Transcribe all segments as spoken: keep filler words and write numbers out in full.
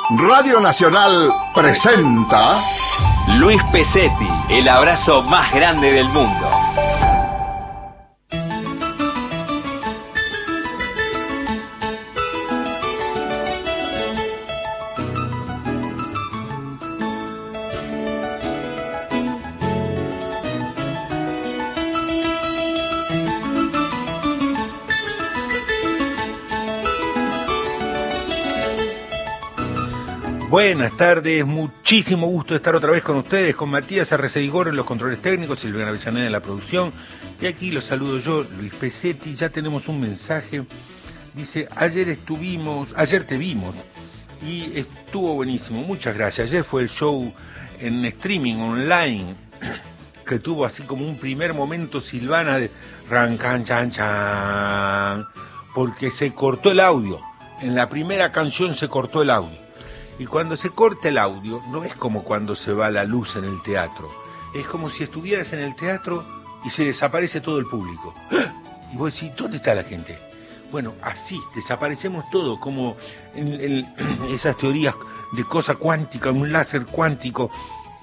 Radio Nacional presenta Luis Pesetti, el abrazo más grande del mundo. Buenas tardes, muchísimo gusto de estar otra vez con ustedes, con Matías Arreceigor en los controles técnicos, Silvana Avellaneda en la producción, y aquí los saludo yo, Luis Pesetti. Ya tenemos un mensaje, dice, ayer estuvimos, ayer te vimos, y estuvo buenísimo, muchas gracias. Ayer fue el show en streaming, online, que tuvo así como un primer momento Silvana de rancan chan chan, porque se cortó el audio, en la primera canción se cortó el audio. Y cuando se corta el audio, no es como cuando se va la luz en el teatro. Es como si estuvieras en el teatro y se desaparece todo el público. Y vos decís, ¿dónde está la gente? Bueno, así, desaparecemos todo, como en, en esas teorías de cosa cuántica, un láser cuántico,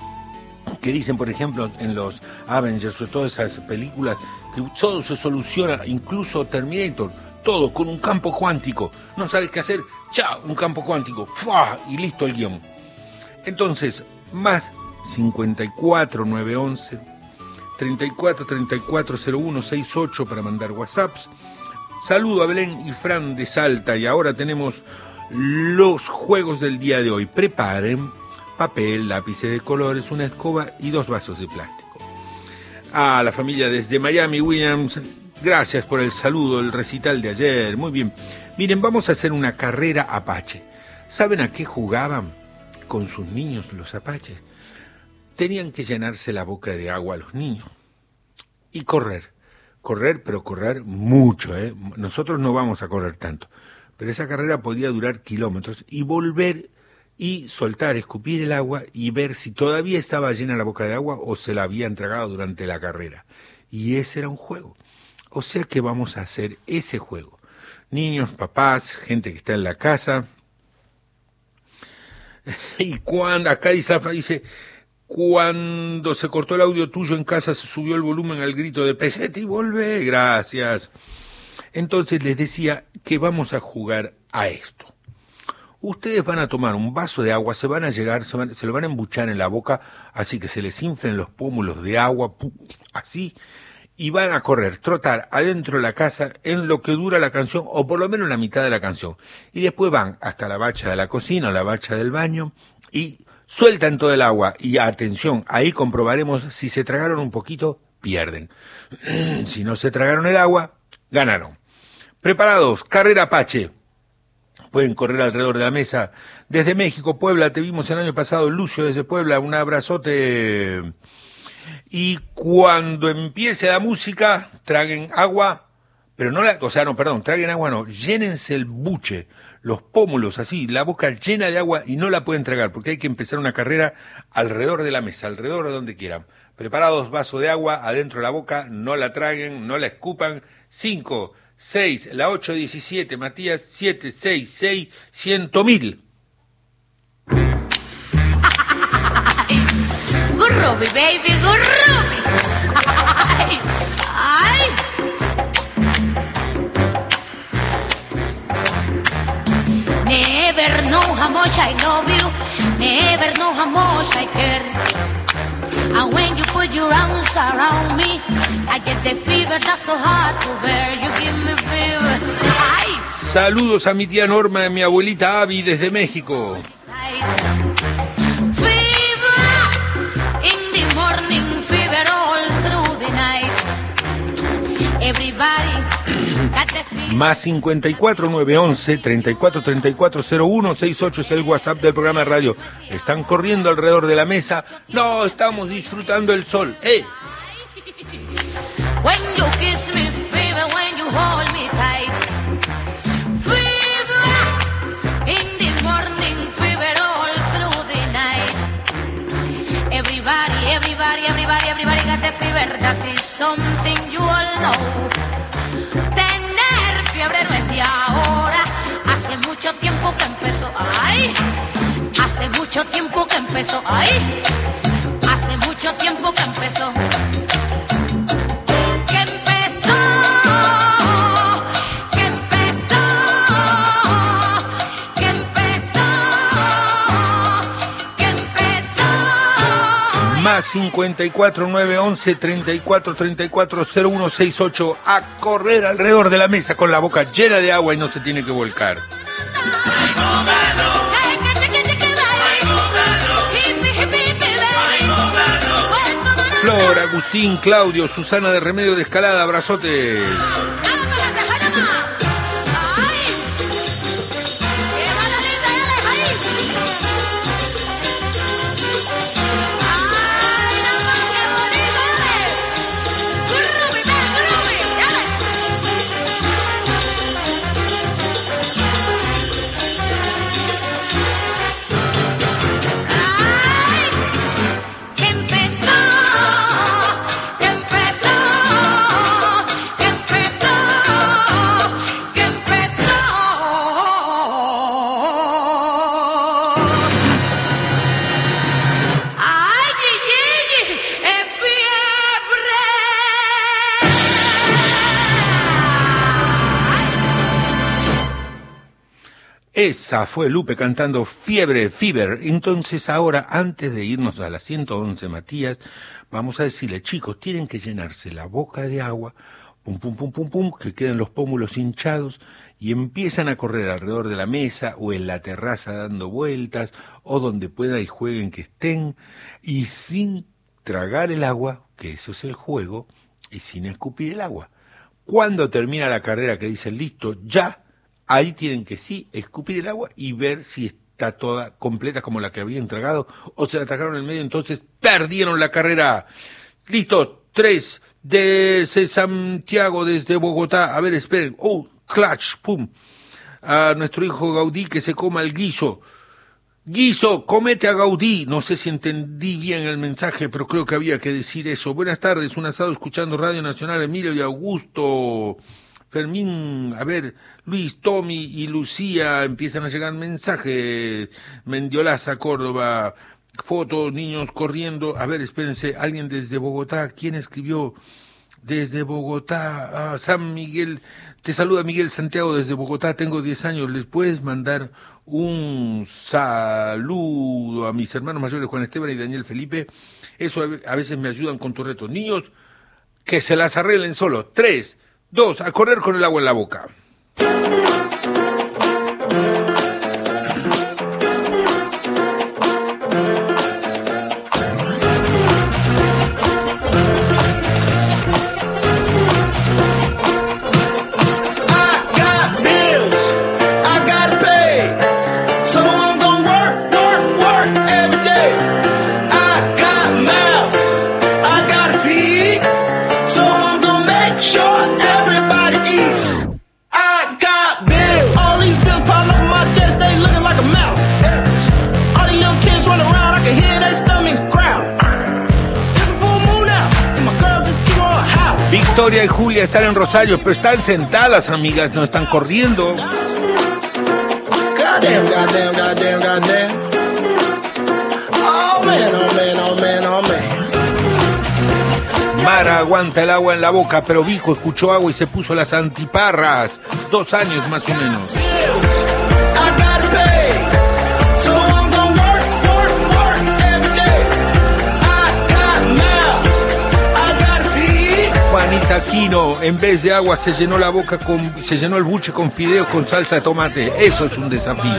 que dicen, por ejemplo, en los Avengers o todas esas películas, que todo se soluciona, incluso Terminator, todo con un campo cuántico. No sabes qué hacer, ¡chao! Un campo cuántico, ¡fua! Y listo el guión. Entonces, más cincuenta y cuatro nueve once treinta y cuatro treinta y cuatro cero uno sesenta y ocho para mandar WhatsApps. Saludo a Belén y Fran de Salta, y ahora tenemos los juegos del día de hoy. Preparen papel, lápices de colores, una escoba y dos vasos de plástico. A la familia desde Miami, Williams, gracias por el saludo, el recital de ayer. Muy bien. Miren, vamos a hacer una carrera apache. ¿Saben a qué jugaban con sus niños los apaches? Tenían que llenarse la boca de agua los niños y correr. Correr, pero correr mucho, ¿eh? Nosotros no vamos a correr tanto. Pero esa carrera podía durar kilómetros y volver y soltar, escupir el agua y ver si todavía estaba llena la boca de agua o se la habían tragado durante la carrera. Y ese era un juego. O sea que vamos a hacer ese juego. Niños, papás, gente que está en la casa. Y cuando, acá dice, dice, cuando se cortó el audio tuyo en casa se subió el volumen al grito de Pesetti, volvé, gracias. Entonces les decía que vamos a jugar a esto. Ustedes van a tomar un vaso de agua, se van a llegar, se, van, se lo van a embuchar en la boca, así que se les inflen los pómulos de agua, así, y van a correr, trotar adentro de la casa en lo que dura la canción, o por lo menos la mitad de la canción. Y después van hasta la bacha de la cocina, o la bacha del baño, y sueltan todo el agua. Y atención, ahí comprobaremos si se tragaron un poquito, pierden. Si no se tragaron el agua, ganaron. Preparados, carrera Apache. Pueden correr alrededor de la mesa. Desde México, Puebla, te vimos el año pasado, Lucio desde Puebla, un abrazote. Y cuando empiece la música, traguen agua, pero no la, o sea, no, perdón, traguen agua no, llénense el buche, los pómulos así, la boca llena de agua y no la pueden tragar, porque hay que empezar una carrera alrededor de la mesa, alrededor de donde quieran. Preparados, vaso de agua, adentro de la boca, no la traguen, no la escupan. Cinco, seis, la ocho diecisiete, Matías, siete, seis, seis, ciento mil. Gurrubi, baby, gurrubi. Ay, ay. Never know how much I love you. Never know how much I care. And when you put your arms around me, I get the fever that's so hard to bear. You give me fever. Ay. Saludos a mi tía Norma y a mi abuelita Abby desde México. Ay. Morning fever all through the night. Everybody got the fever. Más cincuenta y cuatro nueve once treinta y cuatro treinta y cuatro cero uno sesenta y ocho es el WhatsApp del programa de radio. Están corriendo alrededor de la mesa. No, estamos disfrutando el sol. ¡Eh! When you kiss me, fever, when you hold me tight. Fever in the morning, fever all through the night. Everybody, everybody, everybody, everybody got the fever. That is something you all know. Tener fiebre no es de ahora. Hace mucho tiempo que empezó. Ay, empezó. Ay, hace mucho tiempo que empezó. Que empezó, que empezó, que empezó, que empezó. Más cincuenta y cuatro, nueve once, treinta y cuatro, treinta y cuatro, cero uno sesenta y ocho. A correr alrededor de la mesa con la boca llena de agua y no se tiene que volcar. Flor, Agustín, Claudio, Susana de Remedio de Escalada, abrazotes. Esa fue Lupe cantando Fiebre, Fever. Entonces ahora, antes de irnos a las ciento once, Matías, vamos a decirle, chicos, tienen que llenarse la boca de agua, pum, pum, pum, pum, pum, que queden los pómulos hinchados y empiezan a correr alrededor de la mesa o en la terraza dando vueltas o donde pueda y jueguen que estén y sin tragar el agua, que eso es el juego, y sin escupir el agua. Cuando termina la carrera que dicen listo, ya, ahí tienen que sí escupir el agua y ver si está toda completa como la que habían tragado o se la tragaron en el medio, entonces perdieron la carrera. Listo, tres desde Santiago, desde Bogotá. A ver, esperen. Oh, clutch, pum. A nuestro hijo Gaudí que se coma el guiso. Guiso, comete a Gaudí. No sé si entendí bien el mensaje, pero creo que había que decir eso. Buenas tardes, un asado escuchando Radio Nacional, Emilio y Augusto. Fermín, a ver, Luis, Tommy y Lucía, empiezan a llegar mensajes. Mendiolaza, Córdoba, fotos, niños corriendo. A ver, espérense, alguien desde Bogotá, ¿quién escribió? Desde Bogotá, ah, San Miguel, te saluda Miguel Santiago desde Bogotá, tengo diez años, ¿les puedes mandar un saludo a mis hermanos mayores Juan Esteban y Daniel Felipe? Eso a veces me ayudan con tu reto. Niños, que se las arreglen solo. Tres, dos, a correr con el agua en la boca. Victoria y Julia están en Rosario, pero están sentadas, amigas, no están corriendo. Goddamn, goddamn, goddamn, goddamn. Oh man, oh man, oh man, oh man. Mara aguanta el agua en la boca, pero Vico escuchó agua y se puso las antiparras. Dos años más o menos. Juanita Aquino, en vez de agua se llenó la boca con, se llenó el buche con fideos con salsa de tomate. Eso es un desafío.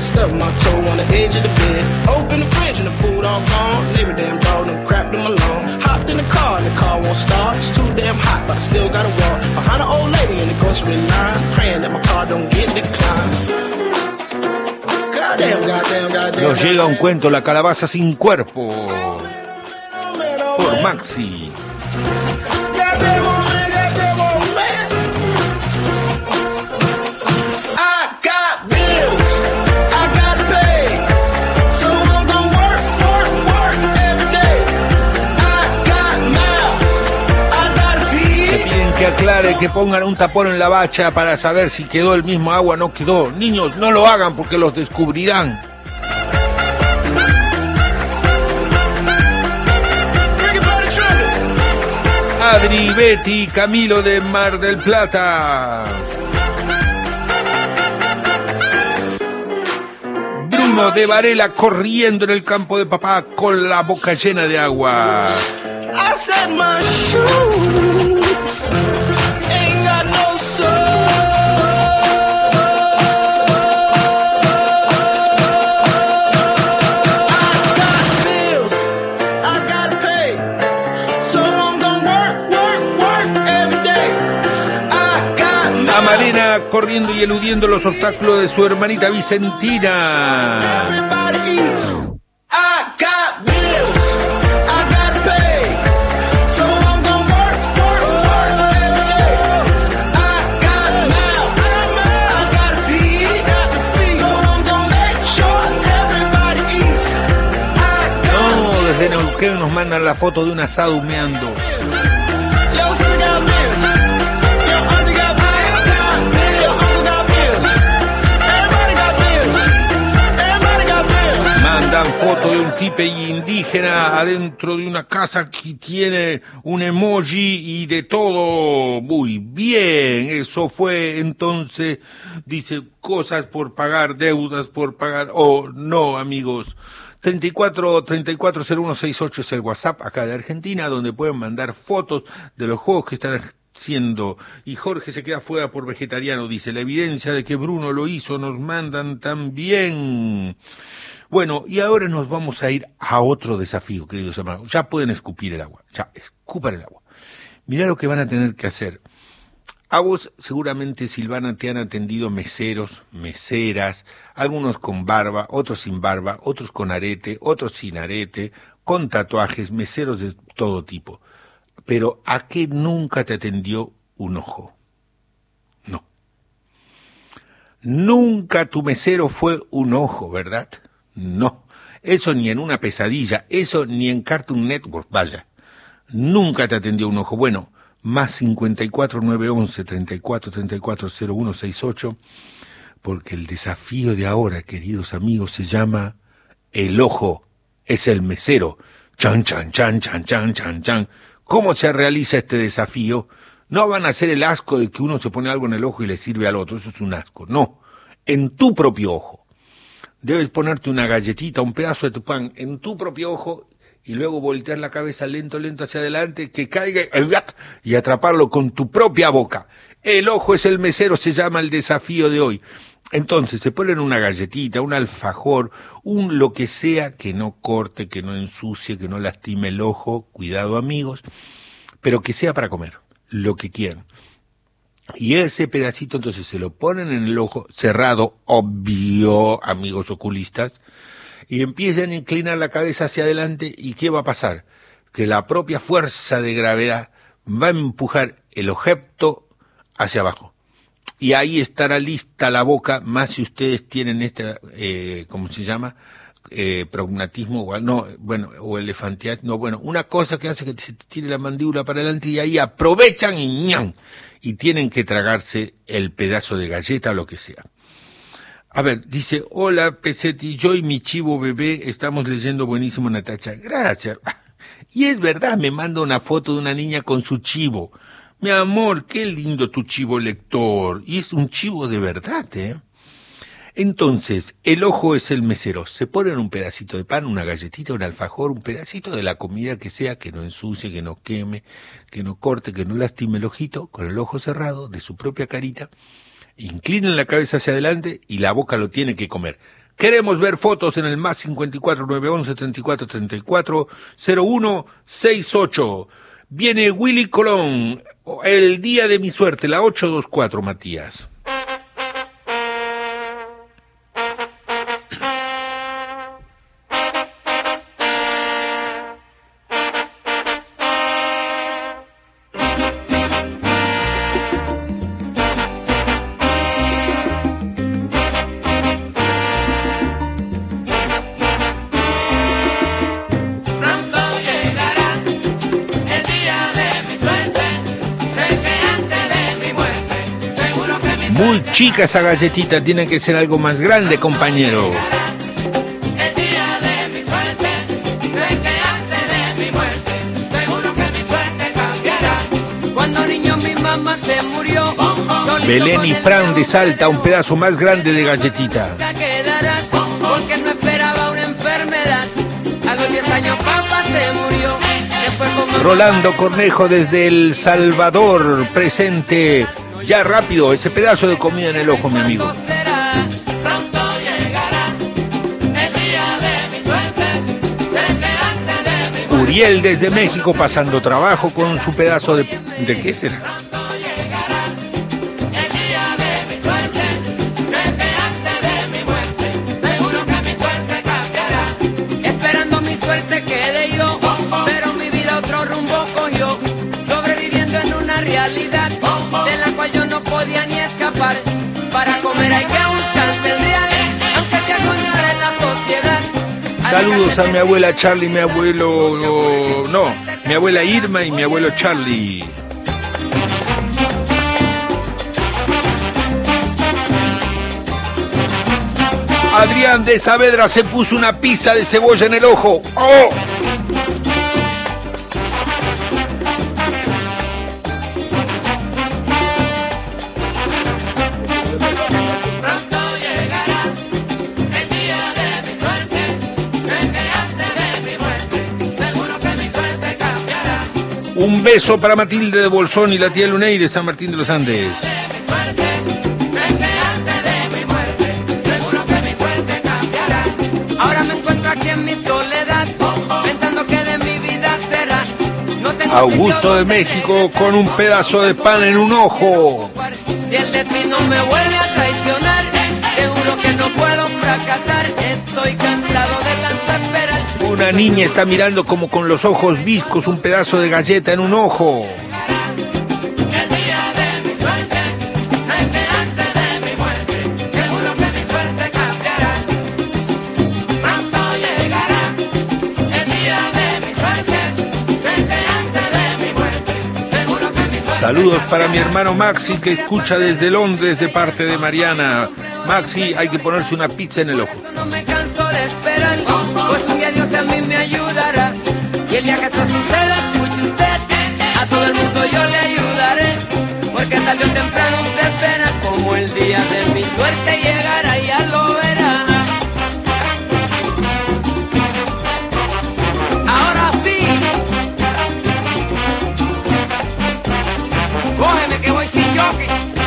Nos llega un cuento, La calabaza sin cuerpo, por Maxi. Que aclare, que pongan un tapón en la bacha para saber si quedó el mismo agua o no quedó. Niños, no lo hagan porque los descubrirán. Adri, Betty, Camilo de Mar del Plata. Bruno de Varela corriendo en el campo de papá con la boca llena de agua. I said my shoes ain't got no soul. I got bills I gotta pay, so I'm gonna work, work, work every day. I got mail. A Malena corriendo y eludiendo los obstáculos de su hermanita Vicentina. Everybody eats. I got bills I gotta pay, so I'm gonna work, work, work every day. I got mouth, I gotta feed, so I'm gonna make sure everybody eats. I got No, desde Neuquén nos mandan la foto de un asado humeando. Yo, sister got bills. Yo, auntie got bills. Yo, uncle got bills. Everybody got bills. Everybody got bills. Mandan foto de un tipe indígena adentro de una casa que tiene un emoji y de todo. Muy bien, eso fue entonces, dice, cosas por pagar, deudas por pagar. Oh, no, amigos. treinta y cuatro treinta y cuatro cero uno sesenta y ocho es el WhatsApp acá de Argentina, donde pueden mandar fotos de los juegos que están haciendo. Y Jorge se queda fuera por vegetariano, dice, la evidencia de que Bruno lo hizo nos mandan también. Bueno, y ahora nos vamos a ir a otro desafío, queridos hermanos. Ya pueden escupir el agua, ya, escupan el agua. Mirá lo que van a tener que hacer. A vos, seguramente, Silvana, te han atendido meseros, meseras, algunos con barba, otros sin barba, otros con arete, otros sin arete, con tatuajes, meseros de todo tipo. Pero, ¿a qué nunca te atendió un ojo? No. Nunca tu mesero fue un ojo, ¿verdad? No. Eso ni en una pesadilla, eso ni en Cartoon Network, vaya. Nunca te atendió un ojo. Bueno, más cincuenta y cuatro nueve once treinta y cuatro treinta y cuatro cero uno sesenta y ocho, porque el desafío de ahora, queridos amigos, se llama el ojo es el mesero. Chan, chan, chan, chan, chan, chan, chan. ¿Cómo se realiza este desafío? No van a hacer el asco de que uno se pone algo en el ojo y le sirve al otro, eso es un asco. No, en tu propio ojo. Debes ponerte una galletita, un pedazo de tu pan en tu propio ojo y luego voltear la cabeza lento, lento hacia adelante, que caiga y atraparlo con tu propia boca. El ojo es el mesero, se llama el desafío de hoy. Entonces, se ponen una galletita, un alfajor, un lo que sea que no corte, que no ensucie, que no lastime el ojo, cuidado amigos, pero que sea para comer, lo que quieran. Y ese pedacito entonces se lo ponen en el ojo cerrado, obvio, amigos oculistas, y empiezan a inclinar la cabeza hacia adelante, ¿y qué va a pasar? Que la propia fuerza de gravedad va a empujar el objeto hacia abajo. Y ahí estará lista la boca, más si ustedes tienen este, eh, ¿cómo se llama? Eh, prognatismo, o no, bueno, o elefantiasis, no, bueno, una cosa que hace que se tire la mandíbula para adelante y ahí aprovechan y ñan, y tienen que tragarse el pedazo de galleta o lo que sea. A ver, dice, hola Pesetti, yo y mi chivo bebé estamos leyendo buenísimo Natacha. Gracias. Y es verdad, me manda una foto de una niña con su chivo. Mi amor, qué lindo tu chivo lector. Y es un chivo de verdad, ¿eh? Entonces, el ojo es el mesero. Se ponen un pedacito de pan, una galletita, un alfajor, un pedacito de la comida que sea, que no ensucie, que no queme, que no corte, que no lastime el ojito, con el ojo cerrado de su propia carita. Inclinen la cabeza hacia adelante y la boca lo tiene que comer. Queremos ver fotos en el más cincuenta y cuatro nueve once treinta y cuatro treinta y cuatro cero uno sesenta y ocho. Viene Willy Colón, el día de mi suerte, la ocho dos cuatro, Matías. Muy chica esa galletita, tiene que ser algo más grande, compañero. Belén y Fran de Salta, un pedazo más grande de galletita. Quedarás porque no esperaba una enfermedad. A los diez años papá se murió. Se fue con Rolando Cornejo desde El Salvador, presente. Ya rápido, ese pedazo de comida en el ojo, mi amigo. Pronto llegará el día de mi suerte, desde antes de mi muerte. Uriel desde México pasando trabajo con su pedazo de... ¿De qué será? Pronto llegará el día de mi suerte, desde antes de mi muerte. Seguro que mi suerte cambiará. esperando mi suerte quedé yo, pero mi vida otro rumbo cogió, sobreviviendo en una realidad de la cual yo no podía ni escapar. Para comer hay que buscarse el real, aunque sea con en la sociedad. Saludos a mi abuela Charlie, mi abuelo... No, mi abuela Irma y mi abuelo Charlie. Adrián de Saavedra se puso una pizza de cebolla en el ojo. ¡Oh! Pronto llegará el día de mi suerte, desde antes de mi muerte. Seguro que mi suerte cambiará. Un beso para Matilde de Bolsón y la tía Luney de San Martín de los Andes. Mi suerte, desde antes de mi muerte. Seguro que mi suerte cambiará. Ahora me encuentro aquí en mi soledad, pensando que de mi vida será. No tengo Augusto sitio de donde México con un pedazo de pan en un ojo. Si el destino me vuelve a traicionar, seguro que no puedo fracasar. Estoy cansado de tanto esperar. Una niña está mirando como con los ojos viscos un pedazo de galleta en un ojo. El día de mi suerte, desde antes de mi muerte. Seguro que mi suerte cambiará. Pronto llegará el día de mi suerte, desde antes de mi muerte. Seguro que mi suerte. Saludos para mi hermano Maxi que escucha desde Londres de parte de Mariana. Maxi, hay que ponerse una pizza en el ojo. No me canso de esperar, pues un día Dios a mí me ayudará. Y el día que eso suceda, escuche usted, a todo el mundo yo le ayudaré. Porque tarde o temprano usted verá como el día de mi suerte llegará, ya lo verá. Ahora sí, cógeme que voy sin jockey.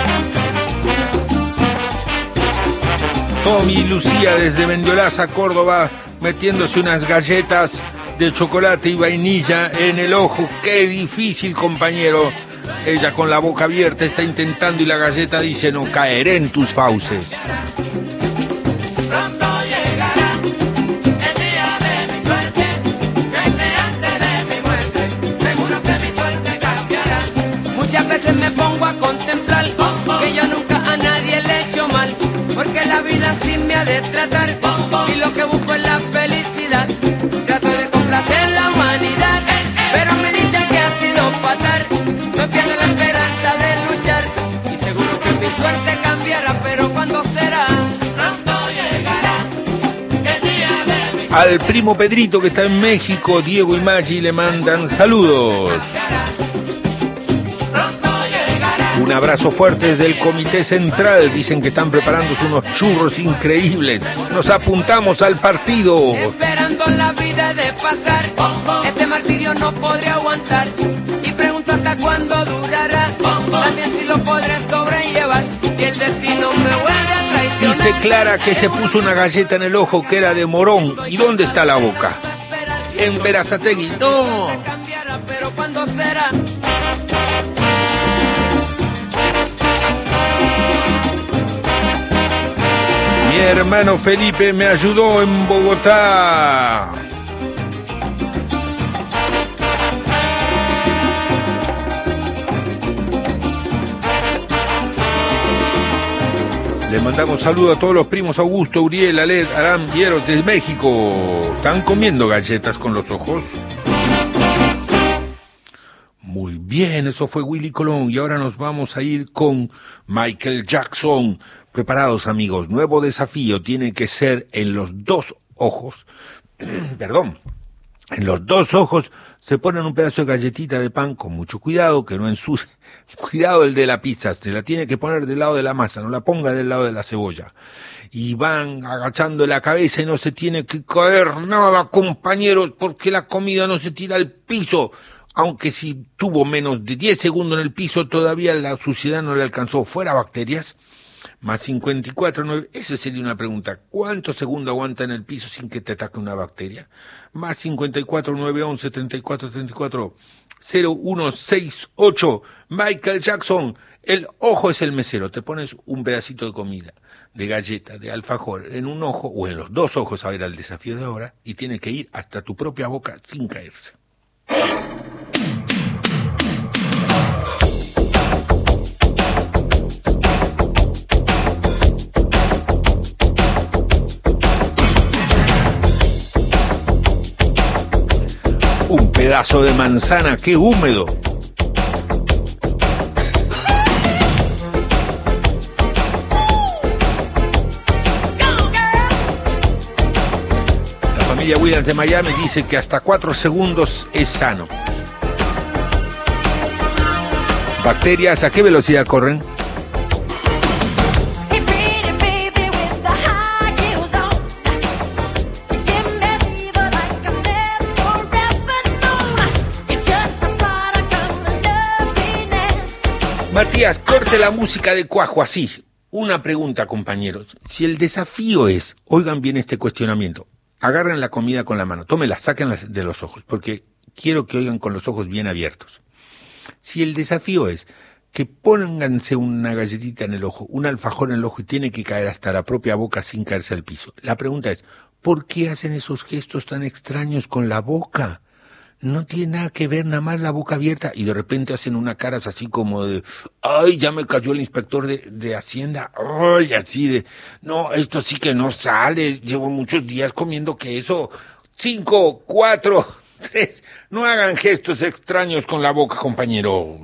Tommy y Lucía desde Mendiolaza, Córdoba, metiéndose unas galletas de chocolate y vainilla en el ojo. ¡Qué difícil, compañero! Ella con la boca abierta está intentando y la galleta dice: no caeré en tus fauces. Pronto llegará el día de mi suerte, desde antes de mi muerte. Seguro que mi suerte cambiará. Muchas veces me pongo a contemplar que yo nunca a nadie le he hecho mal, porque la vida sí me ha de tratar. Si lo que busco es la felicidad, trato de complacer la humanidad, pero me dicen que ha sido fatal. No pierdo la esperanza de luchar y seguro que mi suerte cambiará, pero ¿cuándo será? Pronto llegará el día de mi Al primo Pedrito que está en México, Diego y Maggi le mandan saludos. pronto llegará. Un abrazo fuerte desde el Comité Central. Dicen que están preparándose unos churros increíbles. Nos apuntamos al partido. Esperando la vida de pasar, este martirio no podré aguantar. Y pregunto hasta cuándo durará, también si lo podré sobrellevar. Si el destino me vuelve a traicionar. Dice Clara que se puso una galleta en el ojo que era de morón. ¿Y dónde está la boca? En Berazategui. ¡No! Cambiará, pero ¿cuándo será? Mi hermano Felipe me ayudó en Bogotá. Le mandamos saludos a todos los primos Augusto, Uriel, Aled, Aram y Eros desde México. ¿Están comiendo galletas con los ojos? Muy bien, eso fue Willy Colón. Y ahora nos vamos a ir con Michael Jackson. Preparados, amigos, nuevo desafío tiene que ser en los dos ojos, perdón, En los dos ojos se ponen un pedazo de galletita de pan con mucho cuidado, que no ensucie. Cuidado el de la pizza, se la tiene que poner del lado de la masa, no la ponga del lado de la cebolla. Y van agachando la cabeza y no se tiene que caer nada, compañeros, porque la comida no se tira al piso. Aunque si tuvo menos de diez segundos en el piso, todavía la suciedad no le alcanzó. ¿Fuera bacterias? Más cincuenta y cuatro, nueve, esa sería una pregunta. ¿Cuántos segundos aguanta en el piso sin que te ataque una bacteria? Más cincuenta y cuatro, nueve, once, treinta y cuatro, treinta y cuatro, cero, uno, seis, ocho. Michael Jackson, el ojo es el mesero. Te pones un pedacito de comida, de galleta, de alfajor, en un ojo o en los dos ojos, a ver al desafío de ahora, y tiene que ir hasta tu propia boca sin caerse. Un pedazo de manzana, qué húmedo. La familia Williams de Miami dice que hasta cuatro segundos es sano. Bacterias, ¿a qué velocidad corren? Matías, corte la música de cuajo así. Una pregunta, compañeros. Si el desafío es, oigan bien este cuestionamiento, agarren la comida con la mano, tómenla, sáquenla de los ojos, porque quiero que oigan con los ojos bien abiertos. Si el desafío es que pónganse una galletita en el ojo, un alfajor en el ojo y tiene que caer hasta la propia boca sin caerse al piso, la pregunta es, ¿por qué hacen esos gestos tan extraños con la boca? No tiene nada que ver, nada más la boca abierta, y de repente hacen una cara así como de, ay, ya me cayó el inspector de, de Hacienda, ay, así de, no, esto sí que no sale, llevo muchos días comiendo queso, cinco, cuatro, tres, no hagan gestos extraños con la boca, compañeros.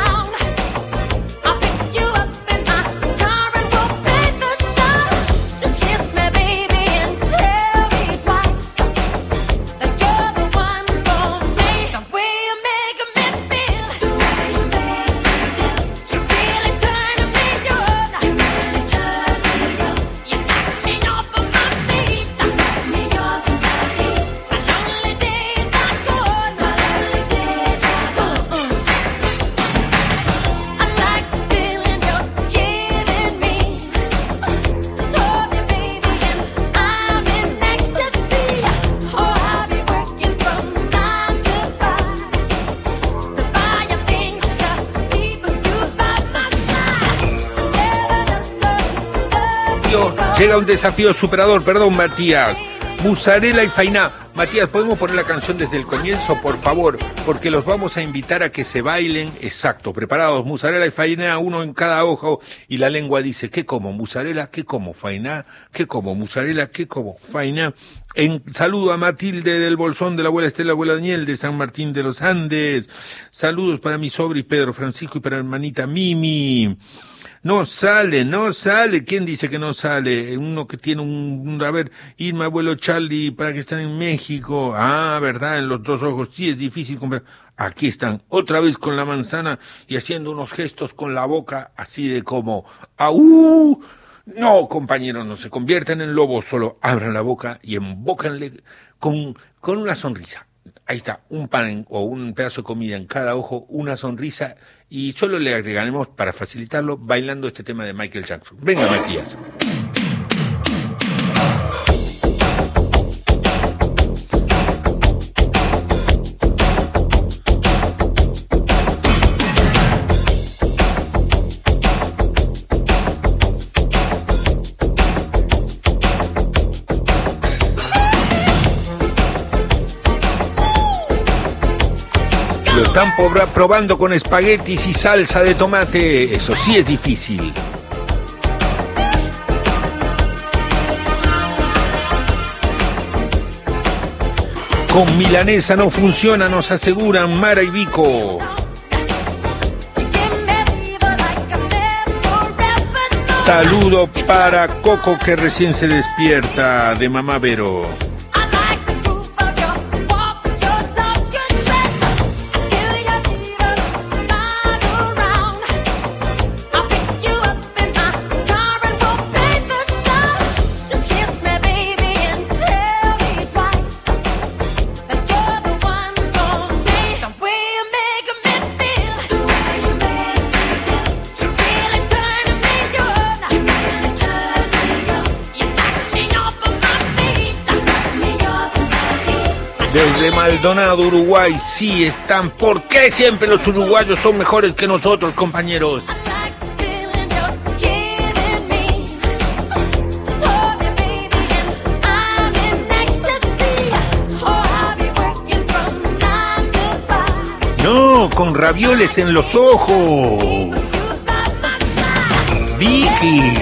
Llega un desafío superador, perdón, Matías. Musarela y Fainá. Matías, ¿podemos poner la canción desde el comienzo, por favor? Porque los vamos a invitar a que se bailen. Exacto, preparados. Musarela y Fainá, uno en cada ojo. Y la lengua dice, ¿qué como? Musarela, ¿qué como? Fainá, ¿qué como? Musarela, ¿qué como? Fainá. En saludo a Matilde del Bolsón, de la abuela Estela, abuela Daniel, de San Martín de los Andes. Saludos para mi sobri Pedro Francisco y para mi hermanita Mimi. No sale, no sale. ¿Quién dice que no sale? Uno que tiene un, a ver, Irma, abuelo Charlie, para que están en México. Ah, verdad, en los dos ojos. Sí, es difícil comprar. Aquí están, otra vez con la manzana y haciendo unos gestos con la boca, así de como, ¡aú! No, compañeros, no se conviertan en lobos, solo abran la boca y embócanle con, con una sonrisa. Ahí está, un pan o un pedazo de comida en cada ojo, una sonrisa, y solo le agregaremos, para facilitarlo, bailando este tema de Michael Jackson. Venga, Matías. Lo están probando con espaguetis y salsa de tomate. Eso sí es difícil. Con milanesa no funciona, nos aseguran Mara y Vico. Saludo para Coco, que recién se despierta, de Mamá Vero. Desde Maldonado, Uruguay, sí están. ¿Por qué siempre los uruguayos son mejores que nosotros, compañeros? No, con ravioles en los ojos. Vicky.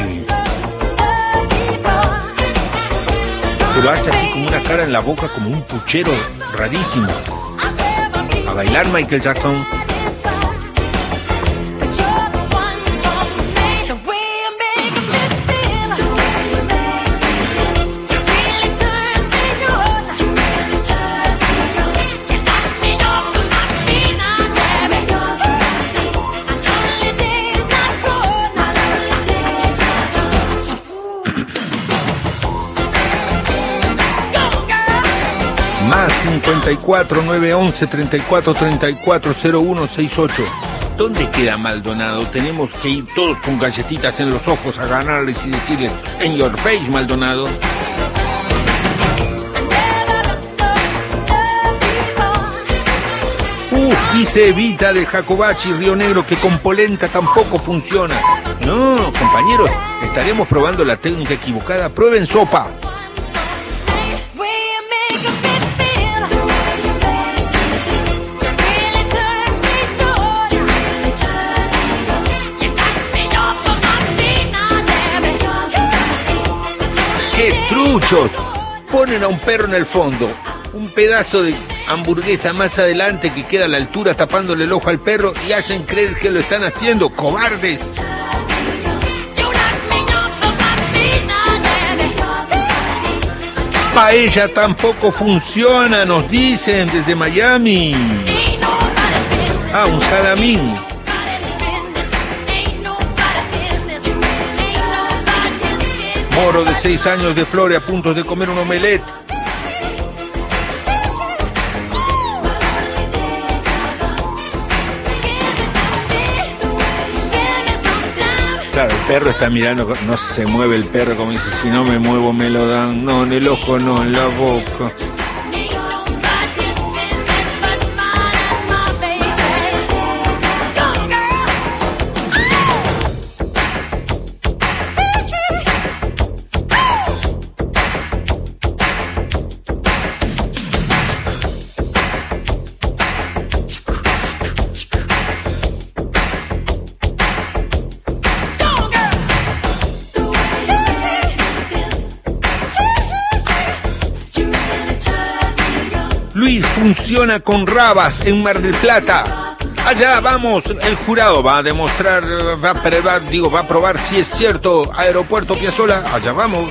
Pero hace así como una cara en la boca, como un puchero rarísimo. A bailar, Michael Jackson. cincuenta y cuatro, nueve once, treinta y cuatro, treinta y cuatro, cero uno sesenta y ocho. ¿Dónde queda Maldonado? Tenemos que ir todos con galletitas en los ojos a ganarles y decirles, en your face, Maldonado. Uh, dice Evita de Jacobachi, Río Negro, que con polenta tampoco funciona. No, compañeros, estaremos probando la técnica equivocada. Prueben sopa. Truchos, ponen a un perro en el fondo, un pedazo de hamburguesa más adelante que queda a la altura tapándole el ojo al perro y hacen creer que lo están haciendo, cobardes. Paella tampoco funciona, nos dicen desde Miami. Ah, un salamín. Moro de seis años de Flore a punto de comer un omelette. Claro, el perro está mirando, no se mueve el perro, como dice, si no me muevo me lo dan. No, en el ojo no, en la boca. Funciona con Rabas en Mar del Plata. Allá vamos, el jurado va a demostrar, va a probar, digo, va a probar si es cierto. Aeropuerto Piazzolla, allá vamos.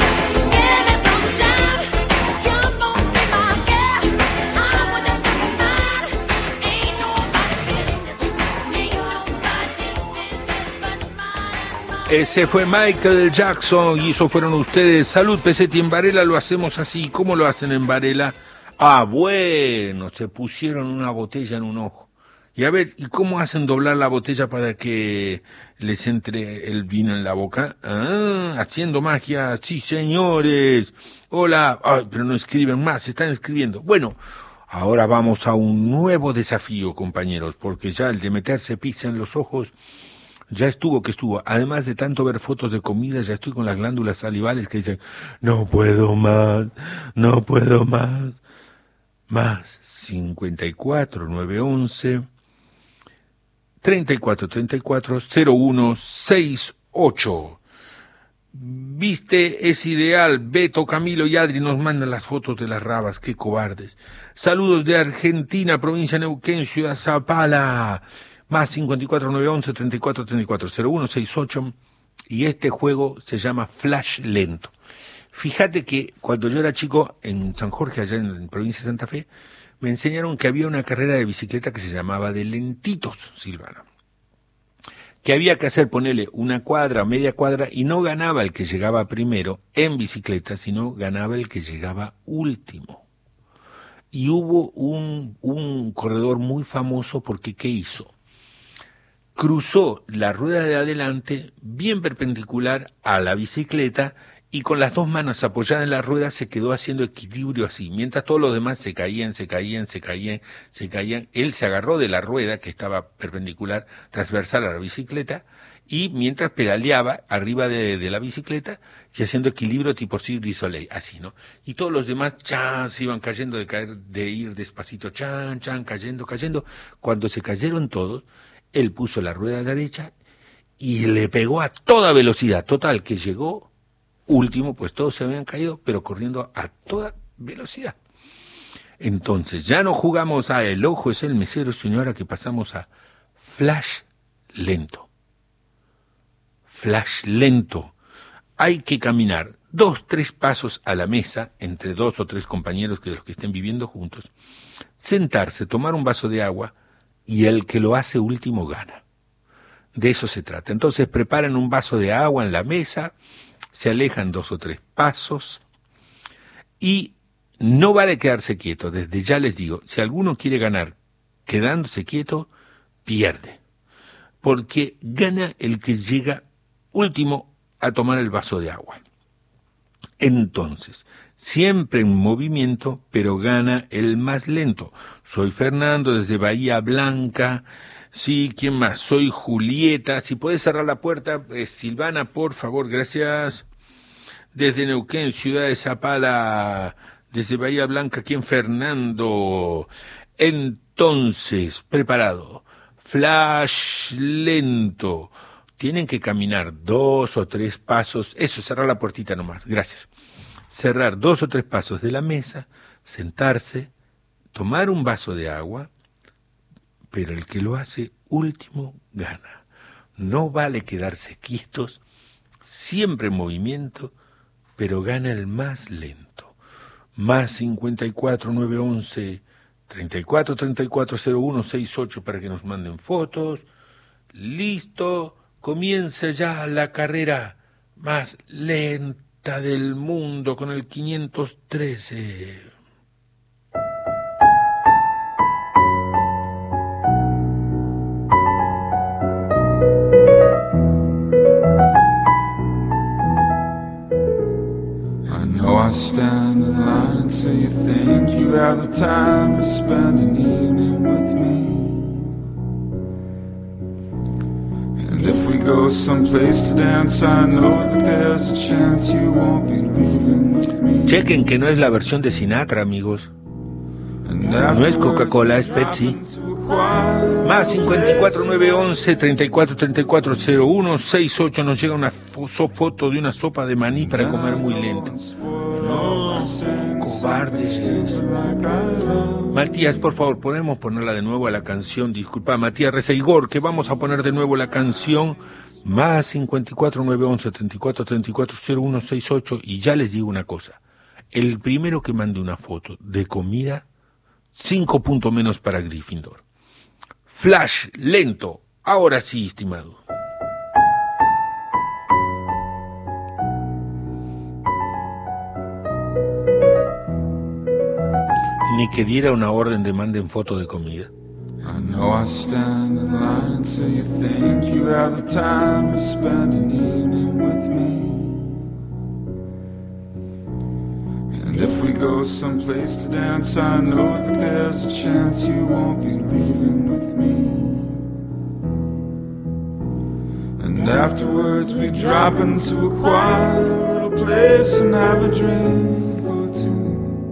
Ese fue Michael Jackson y eso fueron ustedes. Salud, Pesetti. En Varela lo hacemos así. ¿Cómo lo hacen en Varela? Ah, bueno, se pusieron una botella en un ojo. Y a ver, ¿y cómo hacen doblar la botella para que les entre el vino en la boca? Ah, haciendo magia, sí, señores. Hola, ay, pero no escriben más, están escribiendo. Bueno, ahora vamos a un nuevo desafío, compañeros, porque ya el de meterse pizza en los ojos ya estuvo que estuvo. Además de tanto ver fotos de comida, ya estoy con las glándulas salivales que dicen, no puedo más, no puedo más. Más cincuenta y cuatro, nueve once, treinta y cuatro, treinta y cuatro, cero uno sesenta y ocho. Viste, es ideal. Beto, Camilo y Adri nos mandan las fotos de las rabas, qué cobardes. Saludos de Argentina, provincia de Neuquén, ciudad Zapala. Más cincuenta y cuatro, nueve once, treinta y cuatro, treinta y cuatro, cero uno sesenta y ocho. Y este juego se llama Flash Lento. Fíjate que cuando yo era chico, en San Jorge, allá en la provincia de Santa Fe, me enseñaron que había una carrera de bicicleta que se llamaba de lentitos, Silvana. Que había que hacer, ponerle una cuadra, media cuadra, y no ganaba el que llegaba primero en bicicleta, sino ganaba el que llegaba último. Y hubo un, un corredor muy famoso porque, ¿qué hizo? Cruzó la rueda de adelante bien perpendicular a la bicicleta y con las dos manos apoyadas en la rueda se quedó haciendo equilibrio así, mientras todos los demás se caían, se caían, se caían, se caían. Él se agarró de la rueda que estaba perpendicular, transversal a la bicicleta, y mientras pedaleaba arriba de, de la bicicleta y haciendo equilibrio tipo Cirque du Soleil, así, ¿no? Y todos los demás, chan, se iban cayendo de caer, de ir despacito, chan, chan, cayendo, cayendo. Cuando se cayeron todos, él puso la rueda derecha y le pegó a toda velocidad, total, que llegó último, pues todos se habían caído, pero corriendo a toda velocidad. Entonces, ya no jugamos a el ojo es el mesero, sino ahora que pasamos a flash lento. Flash lento. Hay que caminar dos, tres pasos a la mesa, entre dos o tres compañeros que de los que estén viviendo juntos, sentarse, tomar un vaso de agua, y el que lo hace último gana. De eso se trata. Entonces preparan un vaso de agua en la mesa, se alejan dos o tres pasos y no vale quedarse quieto. Desde ya les digo, si alguno quiere ganar quedándose quieto, pierde. Porque gana el que llega último a tomar el vaso de agua. Entonces, siempre en movimiento, pero gana el más lento. Soy Fernando desde Bahía Blanca. Sí, ¿quién más? Soy Julieta. Si puedes cerrar la puerta, eh, Silvana, por favor, gracias. Desde Neuquén, Ciudad de Zapala, desde Bahía Blanca, ¿quién? Fernando. Entonces, preparado. Flash lento. Tienen que caminar dos o tres pasos. Eso, cerrar la puertita nomás. Gracias. Cerrar dos o tres pasos de la mesa, sentarse, tomar un vaso de agua, pero el que lo hace último gana. No vale quedarse quietos, siempre en movimiento, pero gana el más lento. Más cincuenta y cuatro, nueve once, treinta y cuatro, treinta y cuatro, cero uno, sesenta y ocho para que nos manden fotos. Listo, comienza ya la carrera más lenta del mundo con el quinientos trece. I stand in line until you think you have the time to spend an evening with me. And if we go someplace to dance, I know that there's a chance you won't be leaving with me. Chequen que no es la versión de Sinatra, amigos. No es Coca-Cola, es Pepsi. Más cincuenta y cuatro, nueve once, treinta y cuatro, treinta y cuatro, cero uno, sesenta y ocho. Nos llega una foto de una sopa de maní para comer muy lento. No, cobardes. Matías, por favor, ¿podemos ponerla de nuevo a la canción? Disculpa, Matías Reseigor, que vamos a poner de nuevo la canción. Más cincuenta y cuatro, nueve once, treinta y cuatro, treinta y cuatro, cero uno, sesenta y ocho. Y ya les digo una cosa. El primero que mande una foto de comida, cinco puntos menos para Gryffindor. Flash lento. Ahora sí, estimado. Ni que diera una orden de manden foto de comida. I know I stand in line until you think you have the time to spend an evening with me. And if we go someplace to dance, I know that there's a chance you won't be leaving with me. And afterwards we drop into a quiet little place and have a drink or two.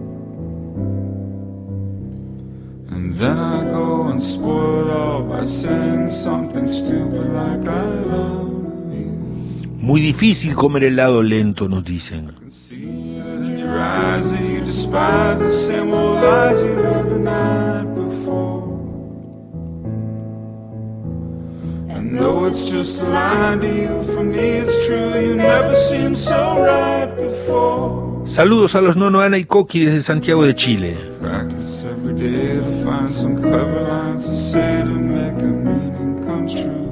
And then I go and spoil it all by saying something stupid like I love you. Muy difícil comer helado lento, nos dicen. Eyes that you despise the same old lies you heard the night before. And though it's just a line to you, for me it's true, you never seemed so right before. Saludos a los Nono, Ana y Coqui desde Santiago de Chile. Practice every day to find some clever lines to say to make the meaning come true.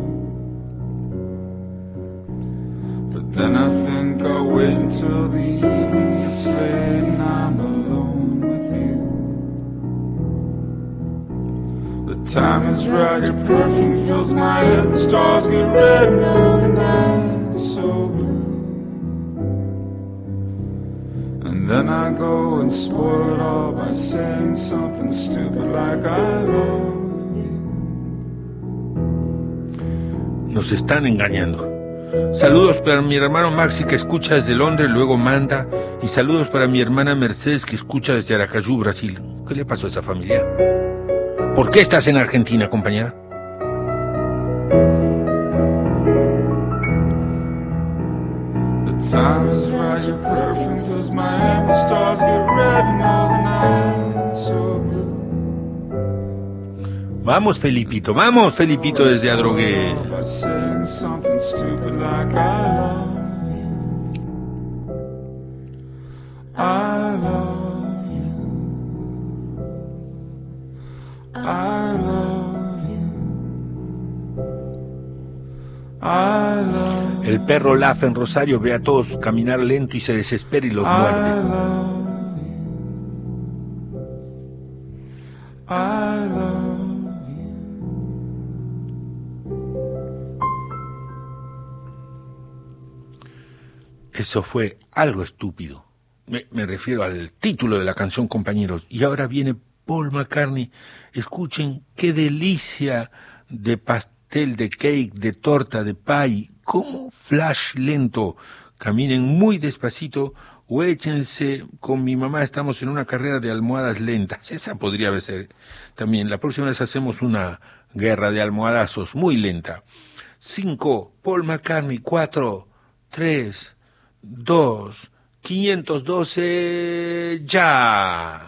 But then I think I'll wait until the evening gets late and I'm alone with you. The time is right, your perfume fills my head, the stars get red and all the night's so blue. And then I go and spoil it all by saying something stupid like I love you. Nos están engañando. Saludos para mi hermano Maxi que escucha desde Londres, luego manda. Y saludos para mi hermana Mercedes que escucha desde Aracayú, Brasil. ¿Qué le pasó a esa familia? ¿Por qué estás en Argentina, compañera? Time is right, your perfume fills my head. The stars get red and all the night so blue. Vamos, Felipito, vamos, Felipito desde Adrogué. By saying something stupid like I love you. I love you. I love you. I love you. El perro Laf en Rosario ve a todos caminar lento y se desespera y los muerde. I love you. Eso fue algo estúpido. Me, me refiero al título de la canción, compañeros. Y ahora viene Paul McCartney. Escuchen qué delicia de pastel, de cake, de torta, de pie. Como flash lento. Caminen muy despacito o échense. Con mi mamá estamos en una carrera de almohadas lentas. Esa podría ser también. La próxima vez hacemos una guerra de almohadazos muy lenta. Cinco, Paul McCartney. Cuatro, tres, dos, quinientos doce, ya.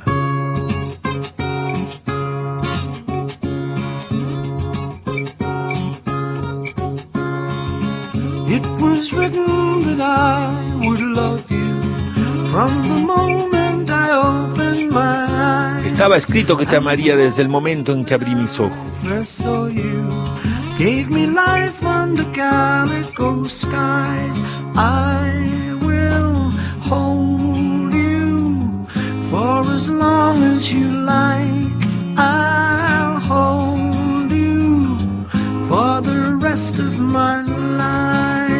It was written that I would love you from the moment I opened my eyes. Estaba escrito que te amaría desde el momento en que abrí mis ojos. First saw you, gave me life under calico skies. I will hold you for as long as you like. I'll hold you for the rest of my life.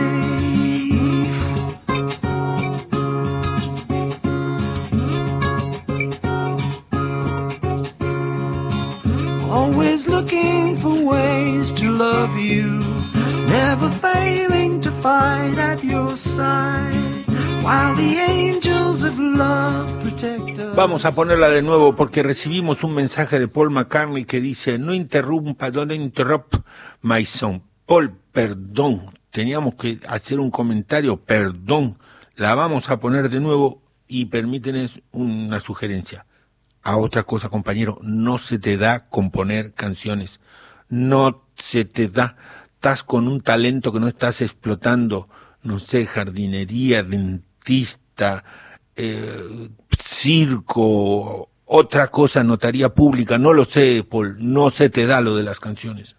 Always looking for ways to love you, never failing to fight at your side, while the angels of love protect us. Vamos a ponerla de nuevo porque recibimos un mensaje de Paul McCartney que dice: no interrumpa, don't interrupt my song. Paul, perdón, teníamos que hacer un comentario, perdón. La vamos a poner de nuevo y permítenos una sugerencia. A otra cosa, compañero, no se te da componer canciones, no se te da, estás con un talento que no estás explotando, no sé, jardinería, dentista, eh, circo, otra cosa, notaría pública, no lo sé, Paul, no se te da lo de las canciones.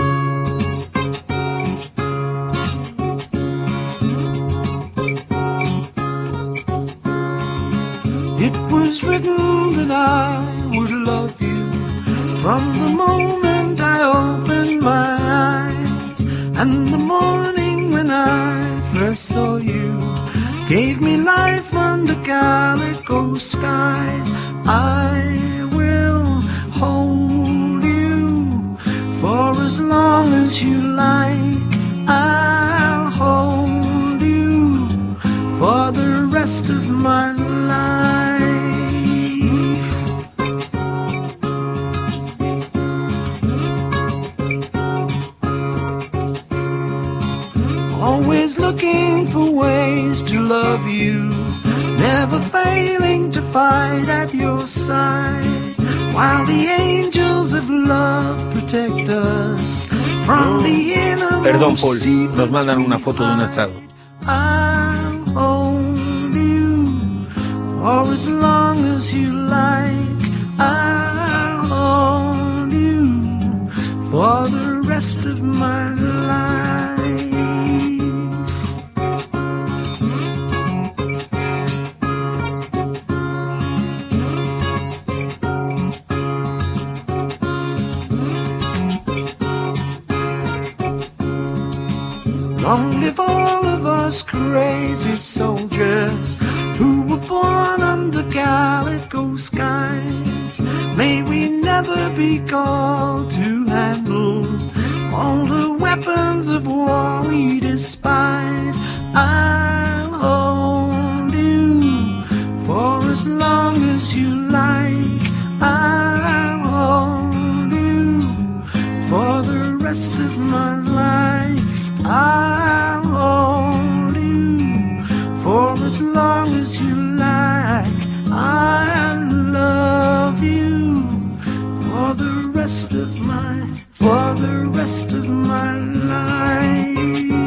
It was written that I would love you from the moment I opened my eyes, and the morning when I first saw you gave me life under calico skies. I will hold you for as long as you like. I'll hold you for the rest of my life. Always looking for ways to love you, never failing to fight at your side, while the angels of love protect us from the innermost. Perdón, Paul, nos mandan una foto de un asado. I'll hold you for as long as you like. I'll hold you for the rest of my life. Long live all of us crazy soldiers who were born be called to handle all the weapons of war we despise. I'll hold you for as long as you like. I'll hold you for the rest of my life. I'll hold you for as long as you like. I'll love you for the rest of my, for the rest of my life.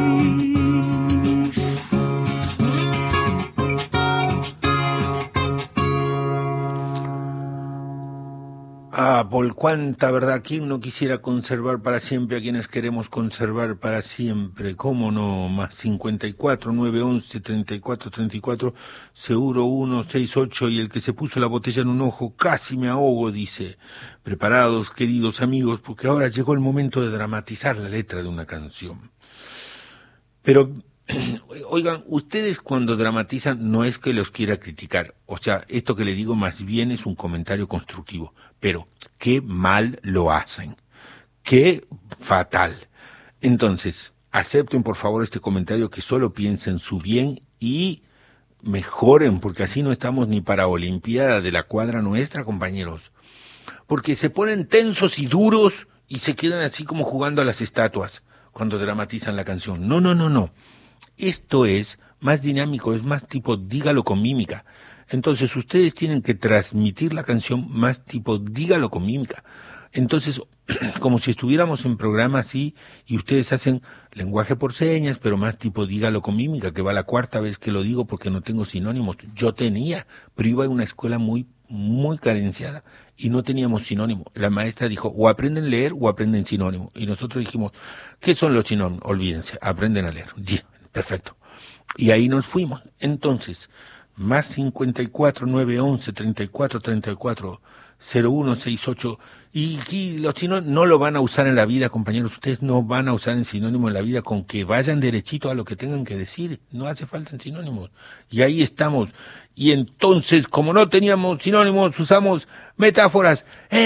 Ah, Paul, cuánta verdad. ¿Quién no quisiera conservar para siempre a quienes queremos conservar para siempre? ¿Cómo no? Más cincuenta y cuatro, nueve once, treinta y cuatro, treinta y cuatro, seguro uno, seis, ocho, y el que se puso la botella en un ojo, casi me ahogo, dice. Preparados, queridos amigos, porque ahora llegó el momento de dramatizar la letra de una canción. Pero, oigan, ustedes cuando dramatizan no es que los quiera criticar, o sea, esto que le digo más bien es un comentario constructivo, pero qué mal lo hacen, qué fatal. Entonces, acepten por favor este comentario, que solo piensen su bien y mejoren, porque así no estamos ni para Olimpiada de la cuadra nuestra, compañeros, porque se ponen tensos y duros y se quedan así como jugando a las estatuas cuando dramatizan la canción. No, no, no, no. Esto es más dinámico, es más tipo dígalo con mímica. Entonces ustedes tienen que transmitir la canción más tipo dígalo con mímica. Entonces, como si estuviéramos en programa así, y ustedes hacen lenguaje por señas, pero más tipo dígalo con mímica, que va la cuarta vez que lo digo porque no tengo sinónimos. Yo tenía, pero iba a una escuela muy, muy carenciada y no teníamos sinónimo. La maestra dijo, o aprenden a leer o aprenden sinónimo. Y nosotros dijimos, ¿qué son los sinónimos? Olvídense, aprenden a leer. Yeah, perfecto. Y ahí nos fuimos. Entonces, más cincuenta y cuatro, nueve once, treinta y cuatro, treinta y cuatro, cero uno seis ocho, y, y los sinónimos no lo van a usar en la vida, compañeros, ustedes no van a usar en sinónimo en la vida, con que vayan derechito a lo que tengan que decir, no hace falta en sinónimos, y ahí estamos. Y entonces, como no teníamos sinónimos, usamos metáforas.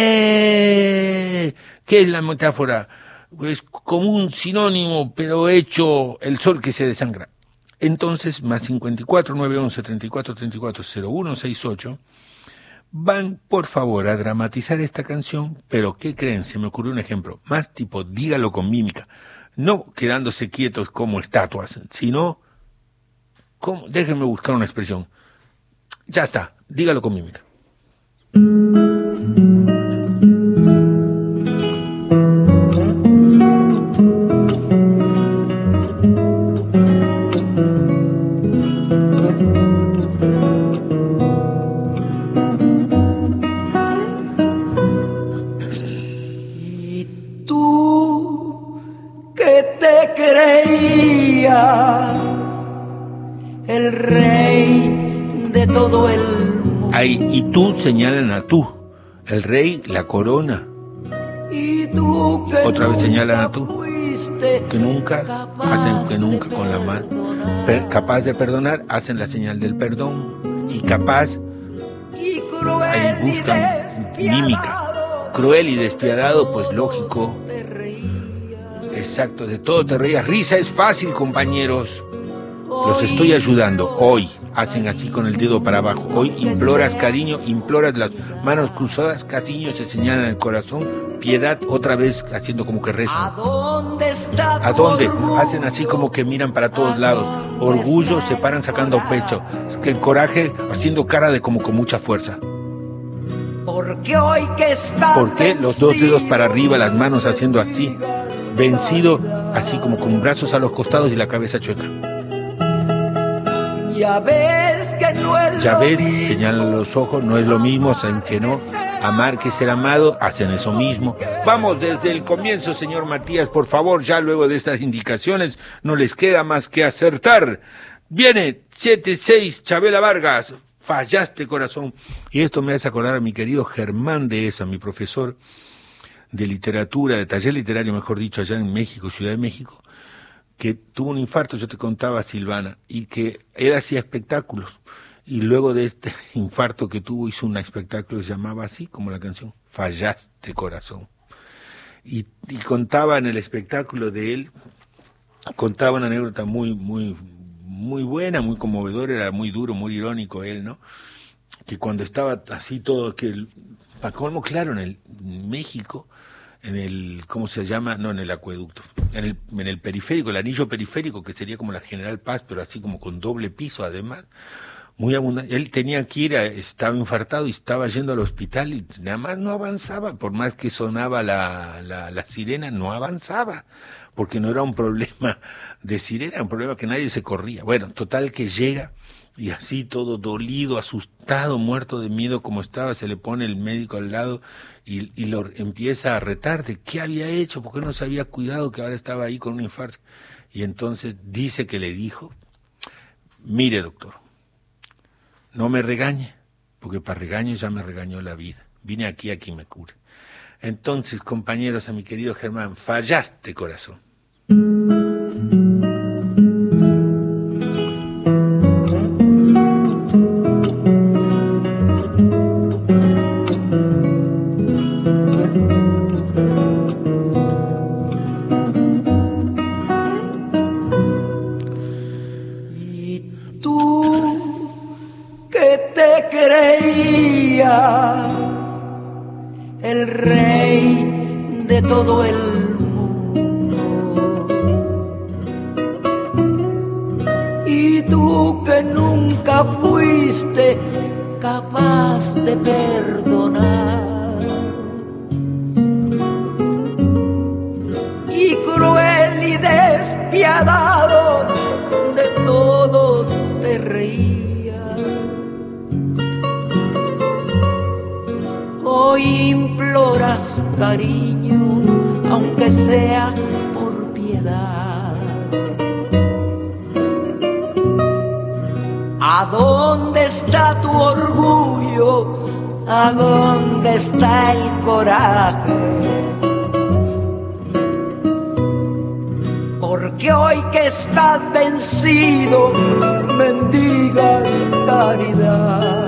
¡Eh! ¿Qué es la metáfora? Es como un sinónimo, pero hecho el sol que se desangra. Entonces, más cincuenta y cuatro, nueve once, treinta y cuatro, treinta y cuatro, cero uno seis ocho, van, por favor, a dramatizar esta canción, pero ¿qué creen? Se me ocurrió un ejemplo, más tipo, dígalo con mímica, no quedándose quietos como estatuas, sino, como, déjenme buscar una expresión, ya está, dígalo con mímica. El rey de todo el mundo. Ay, y tú señalan a tú, el rey, la corona. Y tú que otra vez señalan a tú, fuiste que nunca, hacen que nunca con la mano, per, capaz de perdonar, hacen la señal del perdón, y capaz, y cruel, ahí buscan y mímica, cruel y despiadado, pues lógico, exacto, de todo te reías, risa es fácil, compañeros. Los estoy ayudando. Hoy hacen así con el dedo para abajo. Hoy imploras cariño, imploras las manos cruzadas, cariño, se señalan el corazón, piedad, otra vez haciendo como que rezan. ¿A dónde está ¿A dónde? Hacen así como que miran para todos lados. Orgullo, se paran sacando pecho. Es que el coraje haciendo cara de como con mucha fuerza. Porque hoy que está ¿Por qué? Los dos dedos para arriba, las manos haciendo así. Vencido, así como con brazos a los costados y la cabeza chueca. Ya ves que no es Ya ves, lo mismo. señalan los ojos, no es lo mismo, saben que no. Amar que ser amado, hacen eso mismo. Vamos desde el comienzo, señor Matías, por favor, ya luego de estas indicaciones no les queda más que acertar. Viene, siete seis, Chabela Vargas, fallaste corazón. Y esto me hace acordar a mi querido Germán de Esa, mi profesor de literatura, de taller literario, mejor dicho, allá en México, Ciudad de México, que tuvo un infarto, yo te contaba, Silvana, y que él hacía espectáculos. y luego de este infarto que tuvo hizo un espectáculo que se llamaba así, como la canción, Fallaste Corazón. Y, y contaba en el espectáculo de él, contaba una anécdota muy, muy, muy buena, muy conmovedora, era muy duro, muy irónico él, ¿no? Que cuando estaba así todo, que el, para colmo, claro, en el en México, en el, ¿cómo se llama? No, en el acueducto, en el, en el periférico, el anillo periférico, que sería como la General Paz, pero así como con doble piso además, muy abundante. Él tenía que ir, a, estaba infartado y estaba yendo al hospital y nada más no avanzaba, por más que sonaba la, la, la sirena, no avanzaba, porque no era un problema de sirena, era un problema que nadie se corría. Bueno, total que llega y así todo dolido, asustado, muerto de miedo como estaba, se le pone el médico al lado y, y lo empieza a retar de qué había hecho, por qué no se había cuidado, que ahora estaba ahí con un infarto. Y entonces dice que le dijo, mire doctor, no me regañe, porque para regaño ya me regañó la vida. Vine aquí a que me cure. Entonces, compañeros, a mi querido Germán, fallaste, corazón. El rey de todo el mundo, y tú que nunca fuiste capaz de perdonar, y cruel y despiadado de todo te reías. Hoy imploras cariño, aunque sea por piedad. ¿A dónde está tu orgullo? ¿A dónde está el coraje? Porque hoy que estás vencido, mendigas caridad.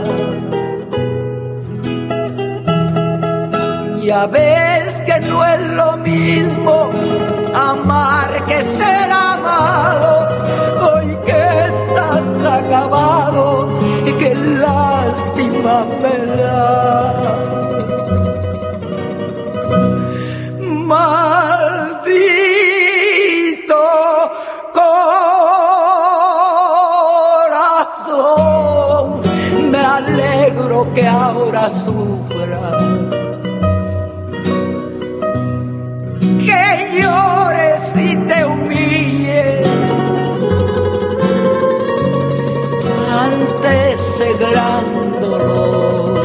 Ya ves que no es lo mismo amar que ser amado. Hoy que estás acabado y qué lástima me da. Maldito corazón, me alegro que ahora sufra. Que llores y te humilles ante ese gran dolor.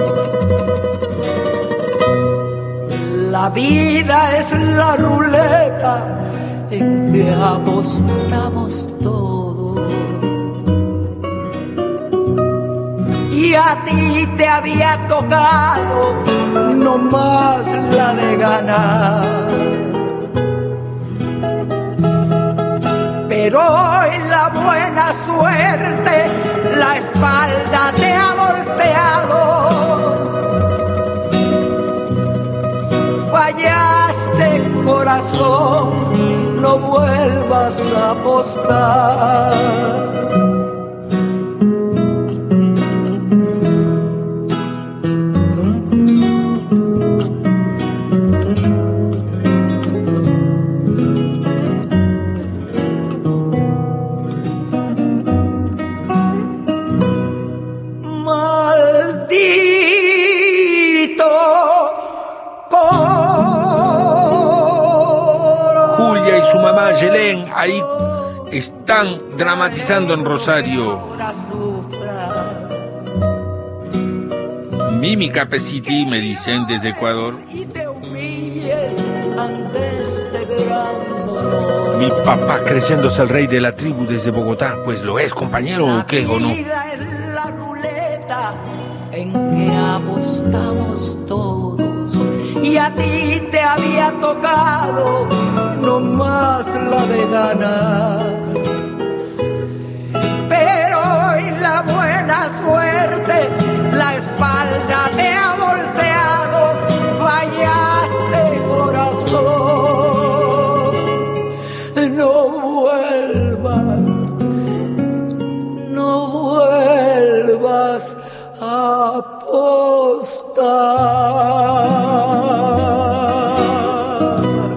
La vida es la ruleta en que apostamos todos. Y a ti te había tocado no más la de ganar. Pero hoy la buena suerte la espalda te ha volteado. Fallaste, corazón, no vuelvas a apostar. Ahí están dramatizando en Rosario. Mimi Capeciti, me dicen desde Ecuador. Mi papá creyéndose el rey de la tribu desde Bogotá. Pues lo es, compañero, ¿o qué, o no? La vida es la ruleta en que apostamos todos. Y a ti te había tocado no más la de ganar. Pero hoy la buena apostar.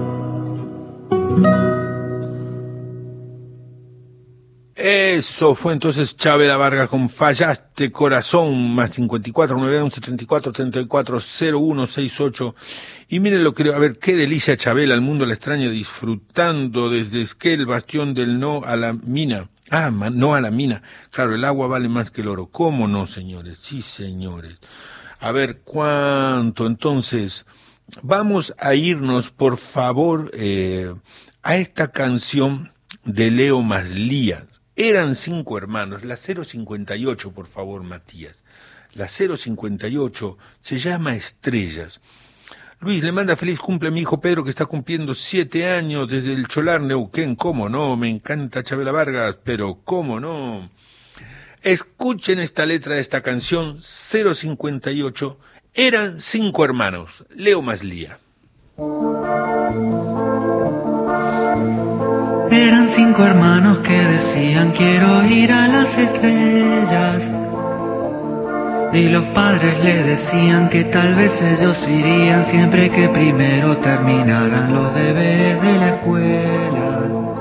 Eso fue entonces Chabela Vargas con Fallaste Corazón, más cincuenta y cuatro, nueve once, treinta y cuatro, treinta y cuatro, cero uno sesenta y ocho. Y miren lo que, a ver, qué delicia Chabela, el mundo la extraña, disfrutando desde Esquel, bastión del no a la mina. Ah, no a la mina. Claro, el agua vale más que el oro. ¿Cómo no, señores? Sí, señores. A ver, ¿cuánto? Entonces, vamos a irnos, por favor, eh, a esta canción de Leo Maslía. Eran cinco hermanos, la cero cincuenta y ocho, por favor, Matías. La cero cincuenta y ocho se llama Estrellas. Luis, le manda feliz cumple a mi hijo Pedro, que está cumpliendo siete años desde el Cholar, Neuquén. ¿Cómo no? Me encanta Chabela Vargas, pero ¿cómo no? Escuchen esta letra de esta canción, cero cincuenta y ocho. Eran cinco hermanos, Leo Maslía. Eran cinco hermanos que decían quiero ir a las estrellas, y los padres le decían que tal vez ellos irían siempre que primero terminaran los deberes de la escuela.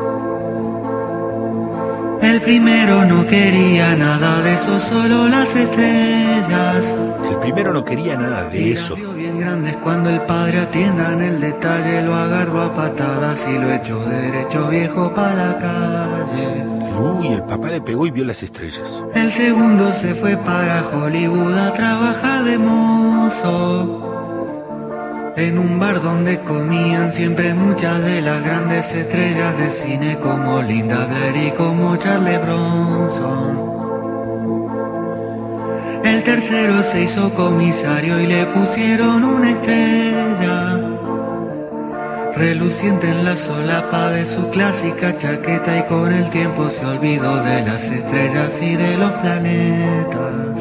El primero no quería nada de eso, solo las estrellas. El primero no quería nada de eso. Bien grandes cuando el padre atienda en el detalle, lo agarró a patadas y lo echó derecho viejo para la calle. Uy, el papá le pegó y vio las estrellas. El segundo se fue para Hollywood a trabajar de mozo, en un bar donde comían siempre muchas de las grandes estrellas de cine, como Linda Blair y como Charles Bronson. El tercero se hizo comisario y le pusieron una estrella reluciente en la solapa de su clásica chaqueta, y con el tiempo se olvidó de las estrellas y de los planetas.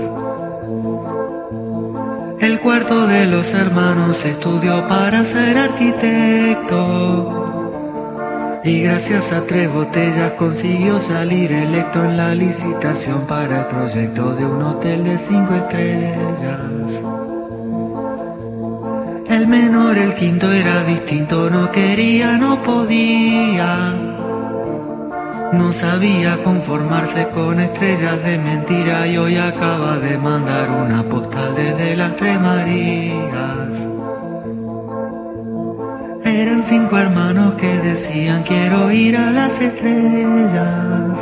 El cuarto de los hermanos estudió para ser arquitecto, y gracias a tres botellas consiguió salir electo en la licitación para el proyecto de un hotel de cinco estrellas. El menor, el quinto, era distinto, no quería, no podía, no sabía conformarse con estrellas de mentira, y hoy acaba de mandar una postal desde las Tres Marías. Eran cinco hermanos que decían quiero ir a las estrellas.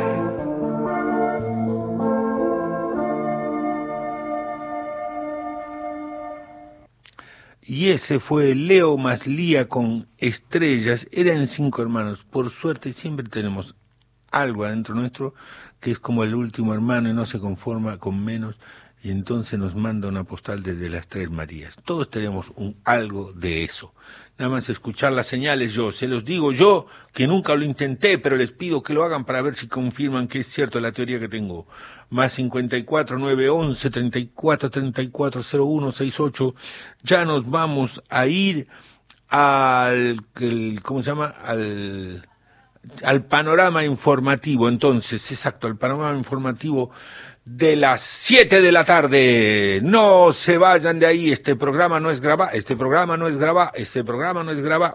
Y ese fue Leo Maslía con Estrellas. Eran cinco hermanos. Por suerte siempre tenemos algo adentro nuestro que es como el último hermano y no se conforma con menos, y entonces nos manda una postal desde las Tres Marías. Todos tenemos un algo de eso. Nada más escuchar las señales, yo se los digo yo, que nunca lo intenté, pero les pido que lo hagan para ver si confirman que es cierto la teoría que tengo. Más cincuenta y cuatro, nueve once, treinta y cuatro, treinta y cuatro, cero uno sesenta y ocho. Ya nos vamos a ir al, el, ¿cómo se llama? Al, al panorama informativo, entonces, exacto, al panorama informativo de las siete de la tarde. No se vayan de ahí, este programa no es grabado, este programa no es grabado, este programa no es grabado.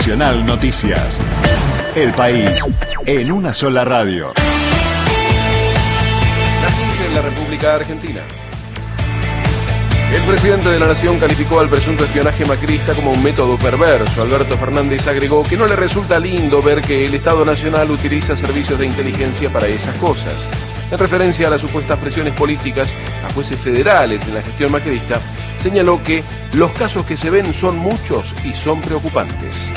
Nacional Noticias. El país en una sola radio. Las quince en la República Argentina. El presidente de la Nación calificó al presunto espionaje macrista como un método perverso. Alberto Fernández agregó que no le resulta lindo ver que el Estado Nacional utiliza servicios de inteligencia para esas cosas. En referencia a las supuestas presiones políticas a jueces federales en la gestión macrista, señaló que los casos que se ven son muchos y son preocupantes.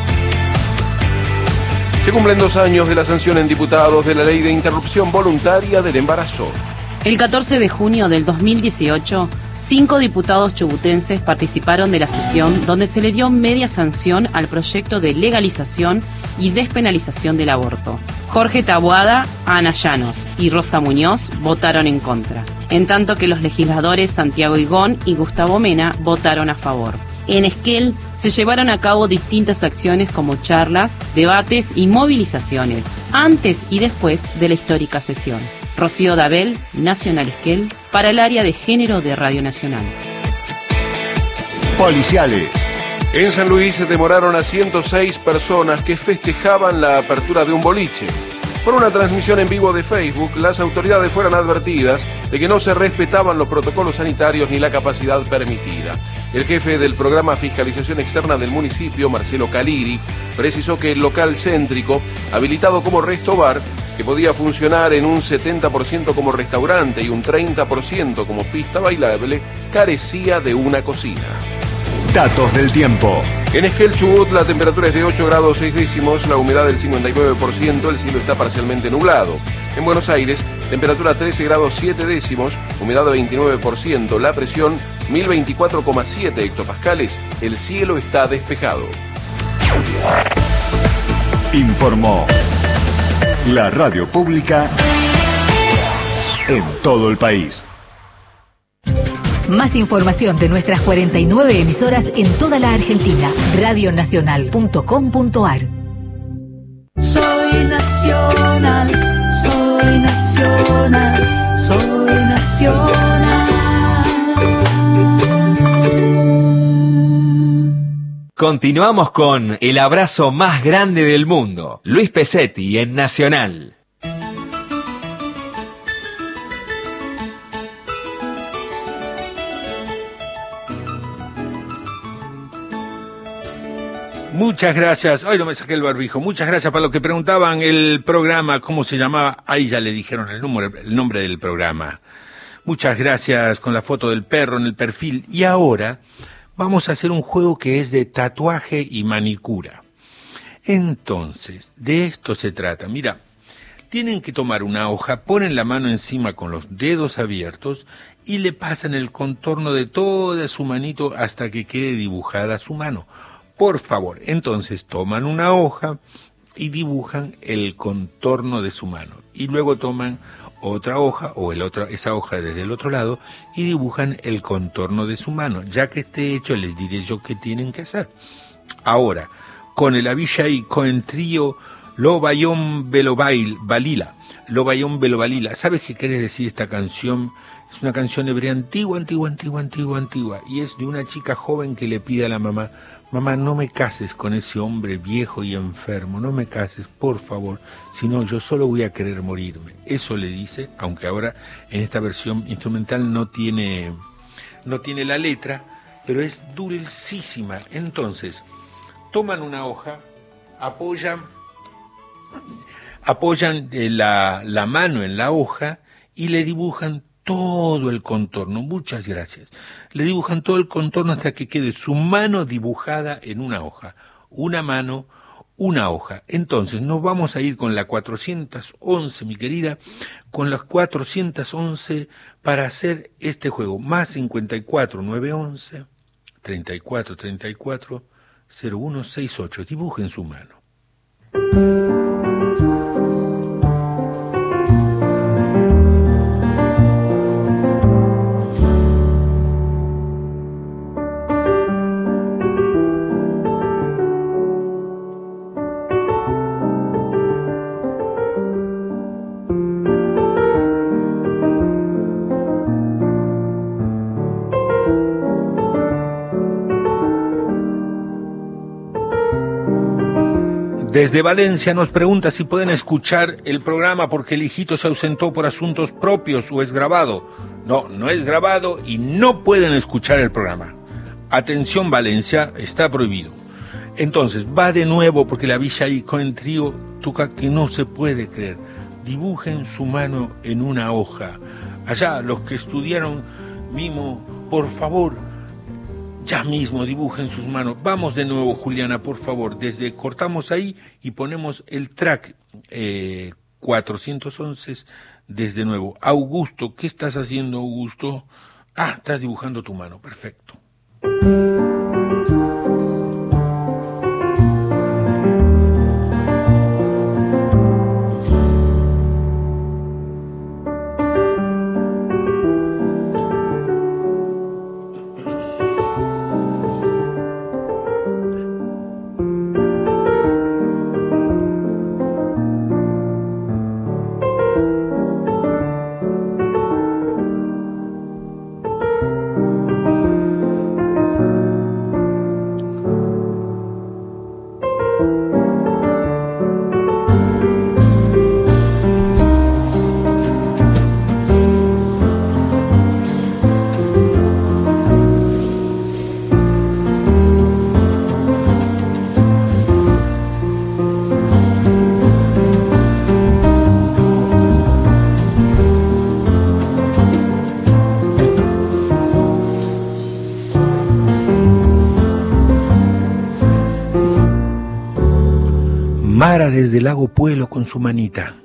Se cumplen dos años de la sanción en diputados de la ley de interrupción voluntaria del embarazo. El catorce de junio del dos mil dieciocho, cinco diputados chubutenses participaron de la sesión donde se le dio media sanción al proyecto de legalización y despenalización del aborto. Jorge Taboada, Ana Llanos y Rosa Muñoz votaron en contra, en tanto que los legisladores Santiago Higón y Gustavo Mena votaron a favor. En Esquel se llevaron a cabo distintas acciones como charlas, debates y movilizaciones, antes y después de la histórica sesión. Rocío Dabel, Nacional Esquel, para el área de género de Radio Nacional. Policiales. En San Luis se demoraron a ciento seis personas que festejaban la apertura de un boliche. Por una transmisión en vivo de Facebook, las autoridades fueron advertidas de que no se respetaban los protocolos sanitarios ni la capacidad permitida. El jefe del programa Fiscalización Externa del municipio, Marcelo Caliri, precisó que el local céntrico, habilitado como resto bar, que podía funcionar en un setenta por ciento como restaurante y un treinta por ciento como pista bailable, carecía de una cocina. Datos del tiempo. En Esquel, Chubut, la temperatura es de ocho grados seis décimos, la humedad del cincuenta y nueve por ciento, el cielo está parcialmente nublado. En Buenos Aires, temperatura trece grados siete décimos, humedad veintinueve por ciento, la presión mil veinticuatro coma siete hectopascales, el cielo está despejado. Informó la radio pública en todo el país. Más información de nuestras cuarenta y nueve emisoras en toda la Argentina. radio nacional punto com punto ar. Soy nacional, soy nacional, soy nacional. Continuamos con El abrazo más grande del mundo. Luis Pesetti en Nacional. Muchas gracias. Hoy no me saqué el barbijo. Muchas gracias para los que preguntaban el programa, cómo se llamaba. Ahí ya le dijeron el número, el nombre del programa. Muchas gracias con la foto del perro en el perfil. Y ahora vamos a hacer un juego que es de tatuaje y manicura. Entonces, de esto se trata. Mira, tienen que tomar una hoja, ponen la mano encima con los dedos abiertos y le pasan el contorno de toda su manito hasta que quede dibujada su mano. Por favor, entonces toman una hoja y dibujan el contorno de su mano. Y luego toman otra hoja, o el otro, esa hoja desde el otro lado, y dibujan el contorno de su mano. Ya que esté hecho, les diré yo qué tienen que hacer. Ahora, con el Avishai Cohen Trío, Lo Bayón Velo Bail, Balila. Lo Bayón Velo Balila. ¿Sabes qué quiere decir esta canción? Es una canción hebrea antigua, antigua, antigua, antigua, antigua. Y es de una chica joven que le pide a la mamá: mamá, no me cases con ese hombre viejo y enfermo, no me cases, por favor, si no yo solo voy a querer morirme. Eso le dice, aunque ahora en esta versión instrumental no tiene, no tiene la letra, pero es dulcísima. Entonces, toman una hoja, apoyan, apoyan la, la mano en la hoja y le dibujan todo el contorno. Muchas gracias. Le dibujan todo el contorno hasta que quede su mano dibujada en una hoja. Una mano, una hoja. Entonces nos vamos a ir con la cuatrocientos once, mi querida, con las cuatrocientos once para hacer este juego. Más cincuenta y cuatro, novecientos once, treinta y cuatro, treinta y cuatro, cero uno sesenta y ocho. Dibujen su mano. Desde Valencia nos pregunta si pueden escuchar el programa porque el hijito se ausentó por asuntos propios o es grabado. No, no es grabado y no pueden escuchar el programa. Atención Valencia, está prohibido. Entonces, va de nuevo porque la Villa Icoen Trío toca que no se puede creer. Dibujen su mano en una hoja. Allá, los que estudiaron mimo, por favor, ya mismo dibujen sus manos. Vamos de nuevo, Juliana, por favor. Desde cortamos ahí y ponemos el track eh, cuatrocientos once desde nuevo. Augusto, ¿qué estás haciendo, Augusto? Ah, estás dibujando tu mano, perfecto. Mara desde Lago Puelo con su manita.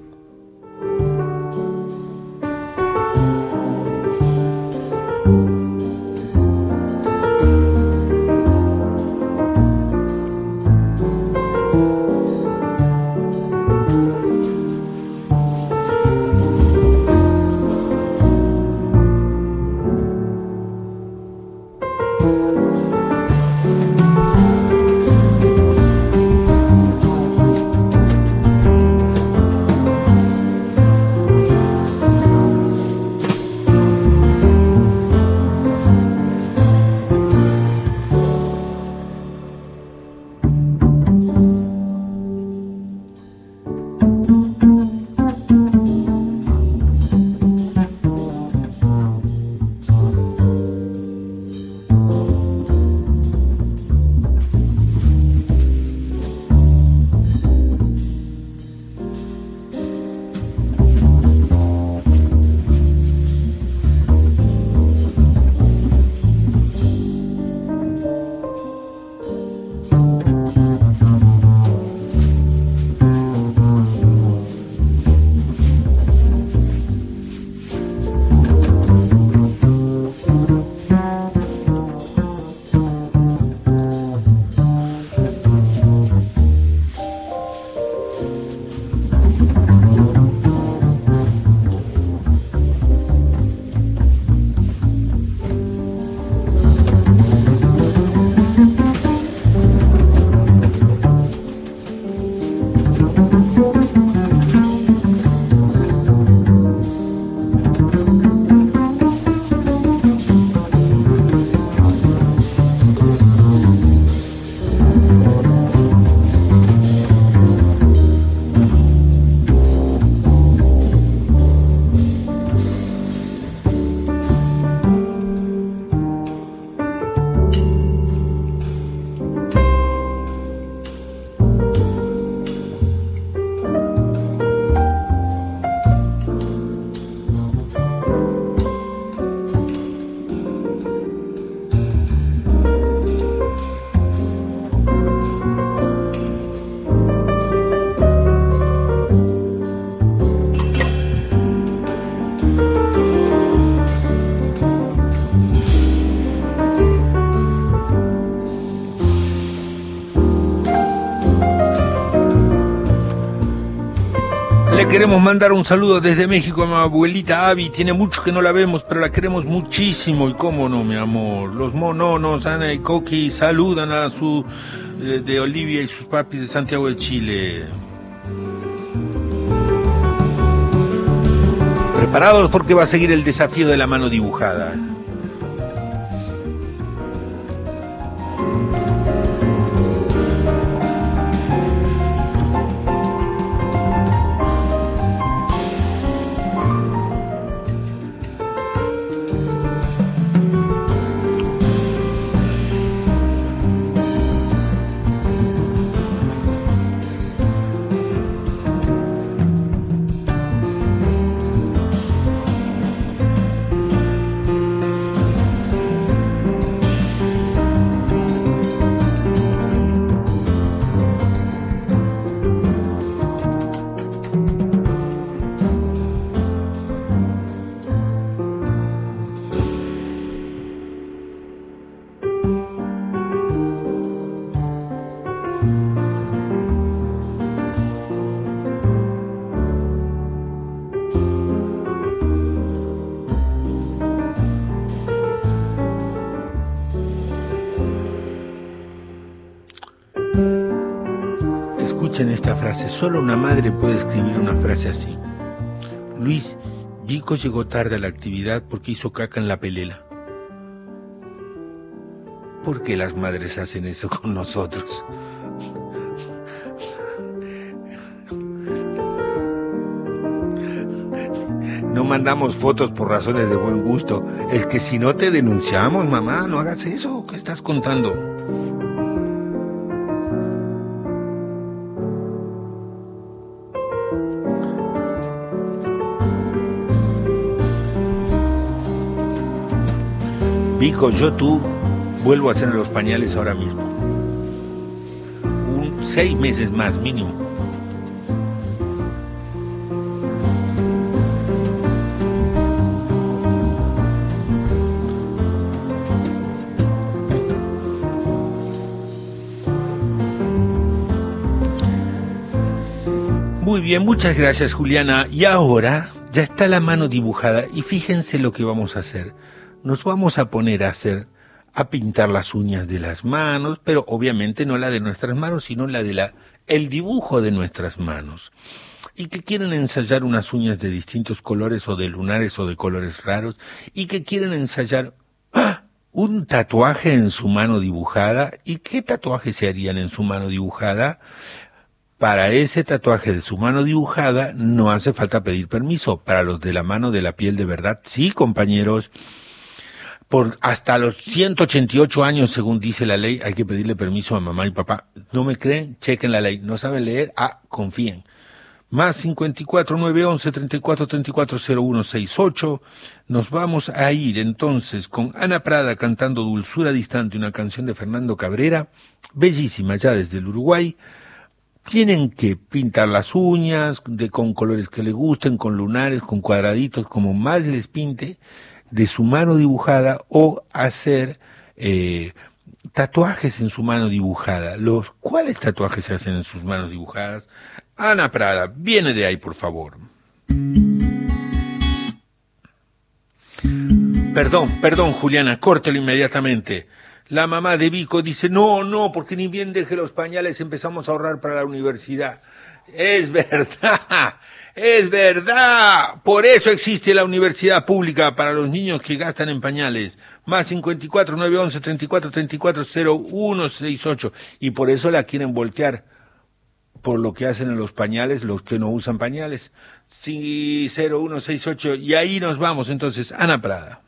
Le queremos mandar un saludo desde México a mi abuelita Abby. Tiene mucho que no la vemos, pero la queremos muchísimo. Y cómo no, mi amor. Los mononos, Ana y Coqui, saludan a su de, de Olivia y sus papis de Santiago de Chile. Preparados porque va a seguir el desafío de la mano dibujada. Escuchen esta frase, solo una madre puede escribir una frase así. Luis, Vico llegó tarde a la actividad porque hizo caca en la pelela. ¿Por qué las madres hacen eso con nosotros? No mandamos fotos por razones de buen gusto. Es que si no te denunciamos, mamá, no hagas eso. ¿Qué estás contando? Vico, yo tú vuelvo a hacer los pañales ahora mismo. Un seis meses más mínimo. Muy bien, muchas gracias, Juliana. Y ahora ya está la mano dibujada y fíjense lo que vamos a hacer. Nos vamos a poner a hacer, a pintar las uñas de las manos, pero obviamente no la de nuestras manos, sino la de la, el dibujo de nuestras manos. Y que quieren ensayar unas uñas de distintos colores o de lunares o de colores raros, y que quieren ensayar ¡ah! un tatuaje en su mano dibujada. ¿Y qué tatuaje se harían en su mano dibujada? Para ese tatuaje de su mano dibujada no hace falta pedir permiso. Para los de la mano de la piel de verdad, sí, compañeros. Por hasta los ciento ochenta y ocho años, según dice la ley, hay que pedirle permiso a mamá y papá. ¿No me creen? Chequen la ley. ¿No saben leer? Ah, confíen. Más cincuenta y cuatro, nueve once, treinta y cuatro, treinta y cuatro, cero uno sesenta y ocho. Nos vamos a ir entonces con Ana Prada cantando Dulzura Distante, una canción de Fernando Cabrera, bellísima ya desde el Uruguay. Tienen que pintar las uñas de, con colores que les gusten, con lunares, con cuadraditos, como más les pinte, de su mano dibujada, o hacer eh, tatuajes en su mano dibujada. Los, ¿Cuáles tatuajes se hacen en sus manos dibujadas? Ana Prada, viene de ahí, por favor. Perdón, perdón, Juliana, córtelo inmediatamente. La mamá de Vico dice, no, no, porque ni bien deje los pañales empezamos a ahorrar para la universidad. Es verdad, es verdad. Por eso existe la universidad pública para los niños que gastan en pañales. Más cincuenta y cuatro, nueve once, treinta y cuatro, treinta y cuatro, cero uno sesenta y ocho. Y por eso la quieren voltear. Por lo que hacen en los pañales los que no usan pañales. Sí, cero uno sesenta y ocho. Y ahí nos vamos entonces. Ana Prada.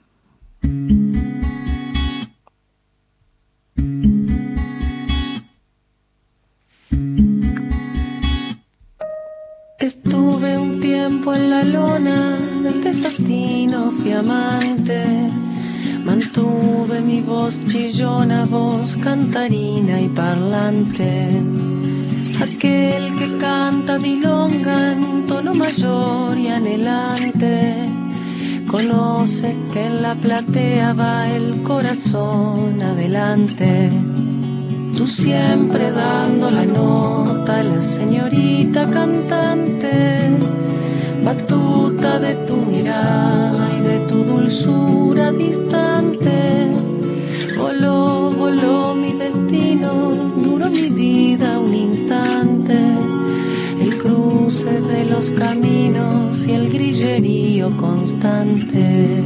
Estuve un tiempo en la lona del desatino, fui amante. Mantuve mi voz chillona, voz cantarina y parlante. Aquel que canta milonga en tono mayor y anhelante, conoce que en la platea va el corazón adelante. Tú siempre dando la nota, la señorita cantante, batuta de tu mirada y de tu dulzura distante. Voló, voló mi destino, duró mi vida un instante. El cruce de los caminos y el grillerío constante.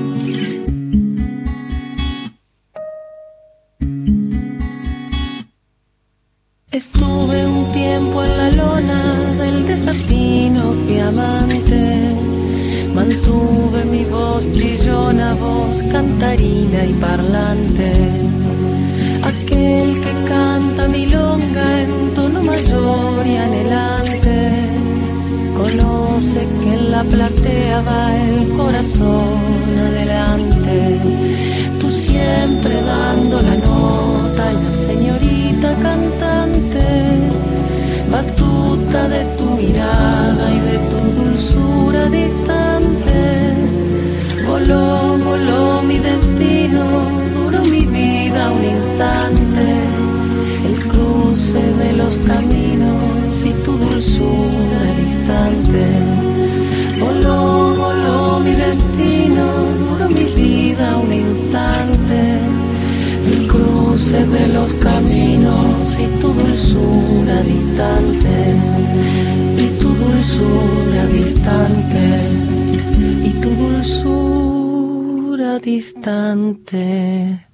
Estuve un tiempo en la lona del desatino, fui amante. Mantuve mi voz chillona, voz cantarina y parlante. Aquel que canta milonga en tono mayor y anhelante, conoce que en la platea va el corazón adelante. Tú siempre dando la nota, la señorita cantante, batuta de tu mirada y de tu dulzura distante. Voló, voló mi destino, duró mi vida un instante. El cruce de los caminos y tu dulzura distante. Voló, voló mi destino, duró mi vida un instante. El cruce cruce de los caminos y tu dulzura distante, y tu dulzura distante, y tu dulzura distante.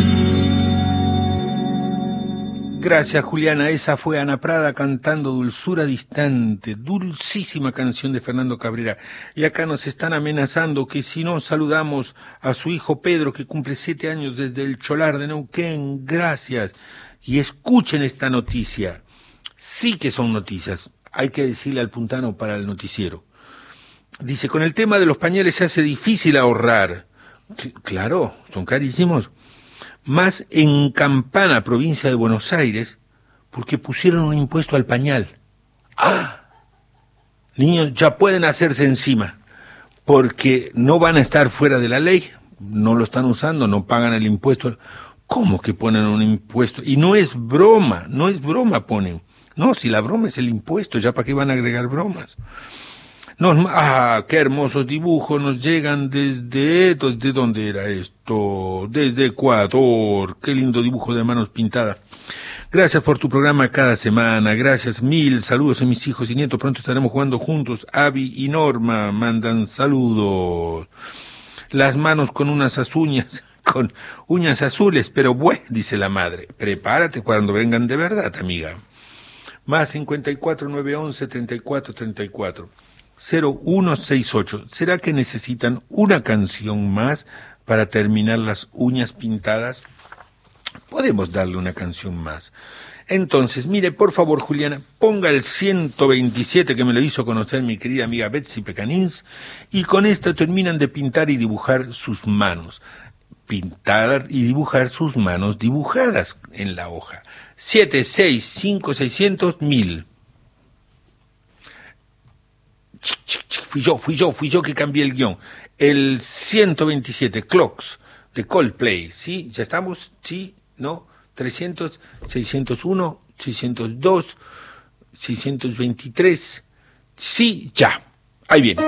Gracias, Juliana. Esa fue Ana Prada cantando Dulzura Distante, dulcísima canción de Fernando Cabrera. Y acá nos están amenazando que si no saludamos a su hijo Pedro, que cumple siete años desde el Cholar de Neuquén. Gracias. Y escuchen esta noticia. Sí que son noticias. Hay que decirle al puntano para el noticiero. Dice, con el tema de los pañales se hace difícil ahorrar. C- claro, son carísimos. Más en Campana, provincia de Buenos Aires, porque pusieron un impuesto al pañal. ¡Ah! Niños ya pueden hacerse encima, porque no van a estar fuera de la ley, no lo están usando, no pagan el impuesto. ¿Cómo que ponen un impuesto? Y no es broma, no es broma ponen. No, si la broma es el impuesto, ya para qué van a agregar bromas. Nos, ah, qué hermosos dibujos nos llegan desde, ¿de dónde era esto? Desde Ecuador, qué lindo dibujo de manos pintadas. Gracias por tu programa cada semana, gracias mil, saludos a mis hijos y nietos, pronto estaremos jugando juntos. Avi y Norma mandan saludos. Las manos con unas uñas, con uñas azules, pero bueno, dice la madre, prepárate cuando vengan de verdad, amiga. Más cincuenta y cuatro, nueve once, treinta y cuatro, treinta y cuatro. cero uno seis ocho. ¿Será que necesitan una canción más para terminar las uñas pintadas? Podemos darle una canción más. Entonces, mire, por favor, Juliana, ponga el ciento veintisiete que me lo hizo conocer mi querida amiga Betsy Pecanins, y con esto terminan de pintar y dibujar sus manos. Pintar y dibujar sus manos dibujadas en la hoja. siete, seis, cinco, seiscientos, mil. Fui yo, fui yo, fui yo que cambié el guión. El ciento veintisiete, Clocks, de Coldplay, ¿sí? ¿Ya estamos? ¿Sí? ¿No? trescientos, seiscientos uno, seiscientos dos, seiscientos veintitrés. Sí, ya. Ahí viene.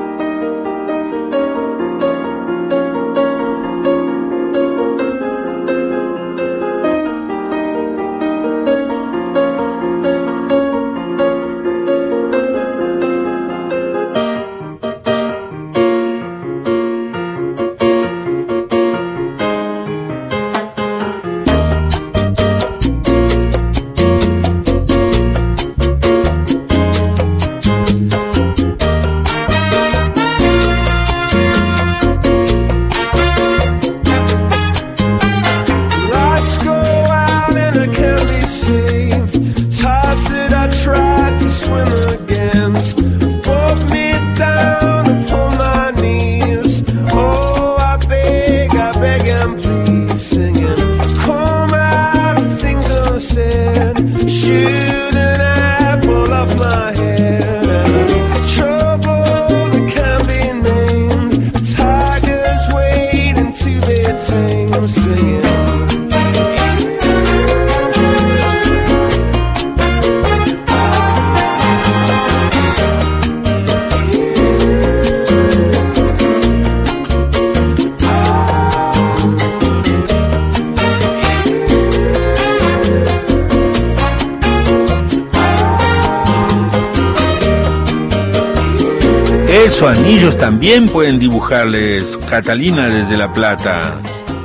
Eso, anillos también pueden dibujarles. Catalina desde La Plata.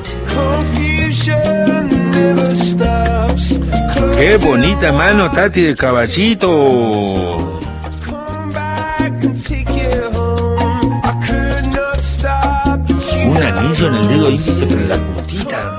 Qué bonita mano, Tati, de caballito. Un anillo en el dedo índice, pero en la puntita.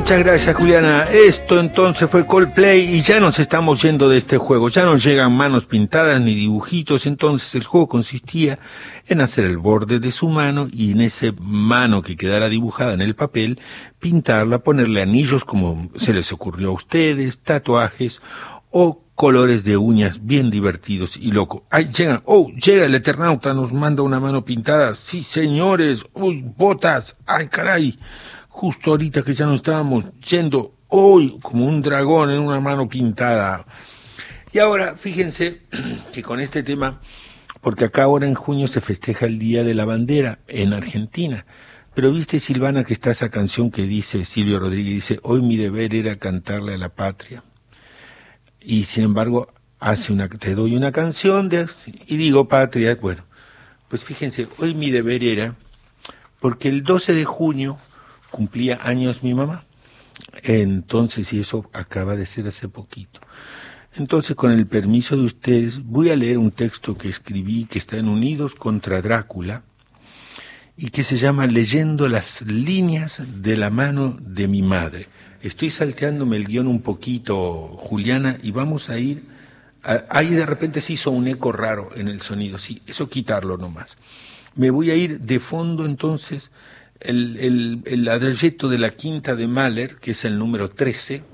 Muchas gracias, Juliana. Esto entonces fue Coldplay y ya nos estamos yendo de este juego. Ya no llegan manos pintadas ni dibujitos. Entonces el juego consistía en hacer el borde de su mano y en esa mano que quedara dibujada en el papel, pintarla, ponerle anillos como se les ocurrió a ustedes, tatuajes o colores de uñas bien divertidos y locos. ¡Ay, llegan! ¡Oh, llega el Eternauta! Nos manda una mano pintada. ¡Sí, señores! ¡Uy, botas! ¡Ay, caray! Justo ahorita que ya nos estábamos yendo, hoy como un dragón en una mano pintada. Y ahora, fíjense que con este tema, porque acá ahora en junio se festeja el Día de la Bandera en Argentina, pero viste, Silvana, que está esa canción que dice, Silvio Rodríguez dice, hoy mi deber era cantarle a la patria. Y sin embargo, hace una, te doy una canción de, y digo patria, bueno, pues fíjense, hoy mi deber era, porque el doce de junio, cumplía años mi mamá, entonces, y eso acaba de ser hace poquito. Entonces, con el permiso de ustedes, voy a leer un texto que escribí, que está en Unidos contra Drácula, y que se llama Leyendo las líneas de la mano de mi madre. Estoy salteándome el guión un poquito, Juliana, y vamos a ir, a, ahí de repente se hizo un eco raro en el sonido, sí, eso quitarlo nomás. Me voy a ir de fondo entonces, El, el, el adagio de la quinta de Mahler, que es el número trece,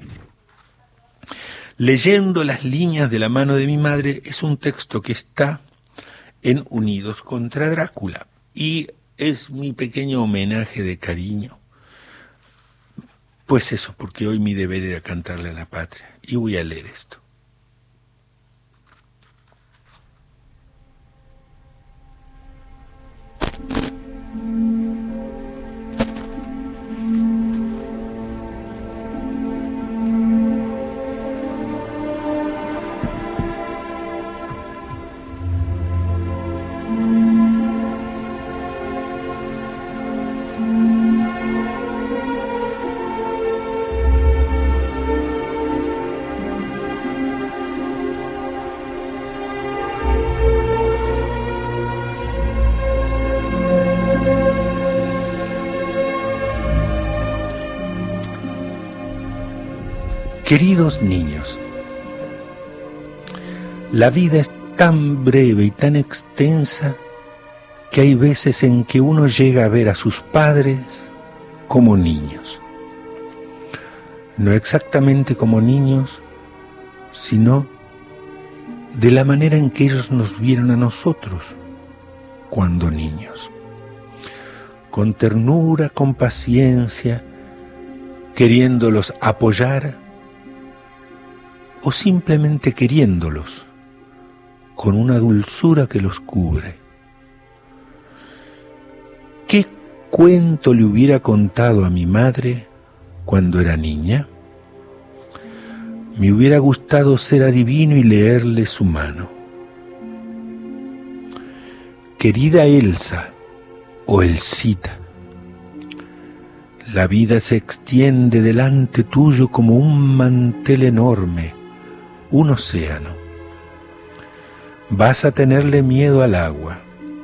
Leyendo las líneas de la mano de mi madre, es un texto que está en Unidos contra Drácula, y es mi pequeño homenaje de cariño. Pues eso, porque hoy mi deber era cantarle a la patria, y voy a leer esto. Queridos niños, la vida es tan breve y tan extensa que hay veces en que uno llega a ver a sus padres como niños. No exactamente como niños, sino de la manera en que ellos nos vieron a nosotros cuando niños. Con ternura, con paciencia, queriéndolos apoyar, o simplemente queriéndolos, con una dulzura que los cubre. ¿Qué cuento le hubiera contado a mi madre cuando era niña? Me hubiera gustado ser adivino y leerle su mano. Querida Elsa, o Elsita, la vida se extiende delante tuyo como un mantel enorme, un océano. Vas a tenerle miedo al agua.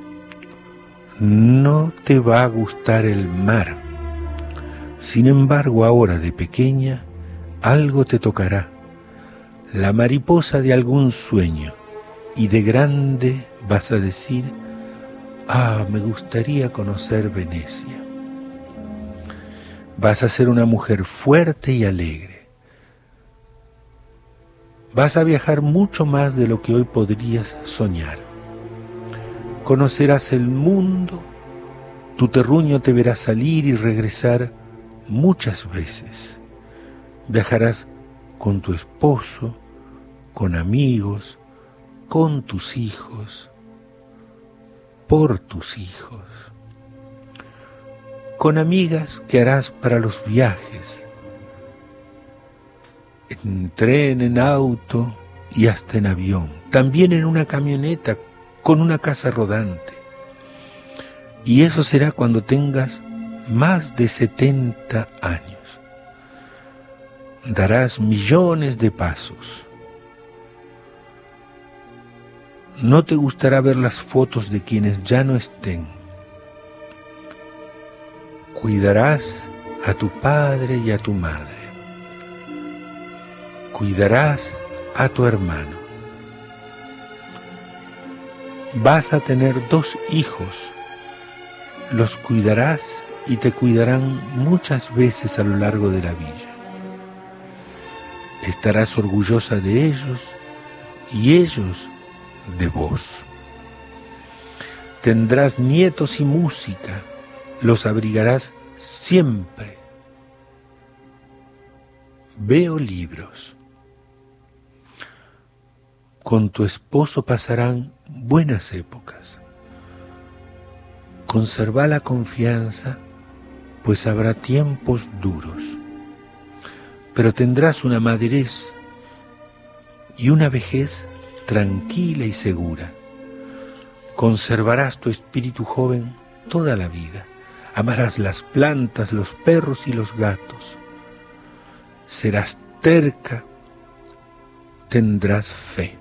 No te va a gustar el mar. Sin embargo, ahora de pequeña, algo te tocará, la mariposa de algún sueño, y de grande vas a decir, ah, me gustaría conocer Venecia. Vas a ser una mujer fuerte y alegre. Vas a viajar mucho más de lo que hoy podrías soñar. Conocerás el mundo, tu terruño te verá salir y regresar muchas veces. Viajarás con tu esposo, con amigos, con tus hijos, por tus hijos, con amigas que harás para los viajes, en tren, en auto y hasta en avión, también en una camioneta con una casa rodante. Y eso será cuando tengas más de setenta años. Darás millones de pasos. No te gustará ver las fotos de quienes ya no estén. Cuidarás a tu padre y a tu madre. Cuidarás a tu hermano. Vas a tener dos hijos. Los cuidarás y te cuidarán muchas veces a lo largo de la vida. Estarás orgullosa de ellos y ellos de vos. Tendrás nietos y música, los abrigarás siempre. Veo libros. Con tu esposo pasarán buenas épocas. Conserva la confianza, pues habrá tiempos duros. Pero tendrás una madurez y una vejez tranquila y segura. Conservarás tu espíritu joven toda la vida. Amarás las plantas, los perros y los gatos. Serás terca, tendrás fe.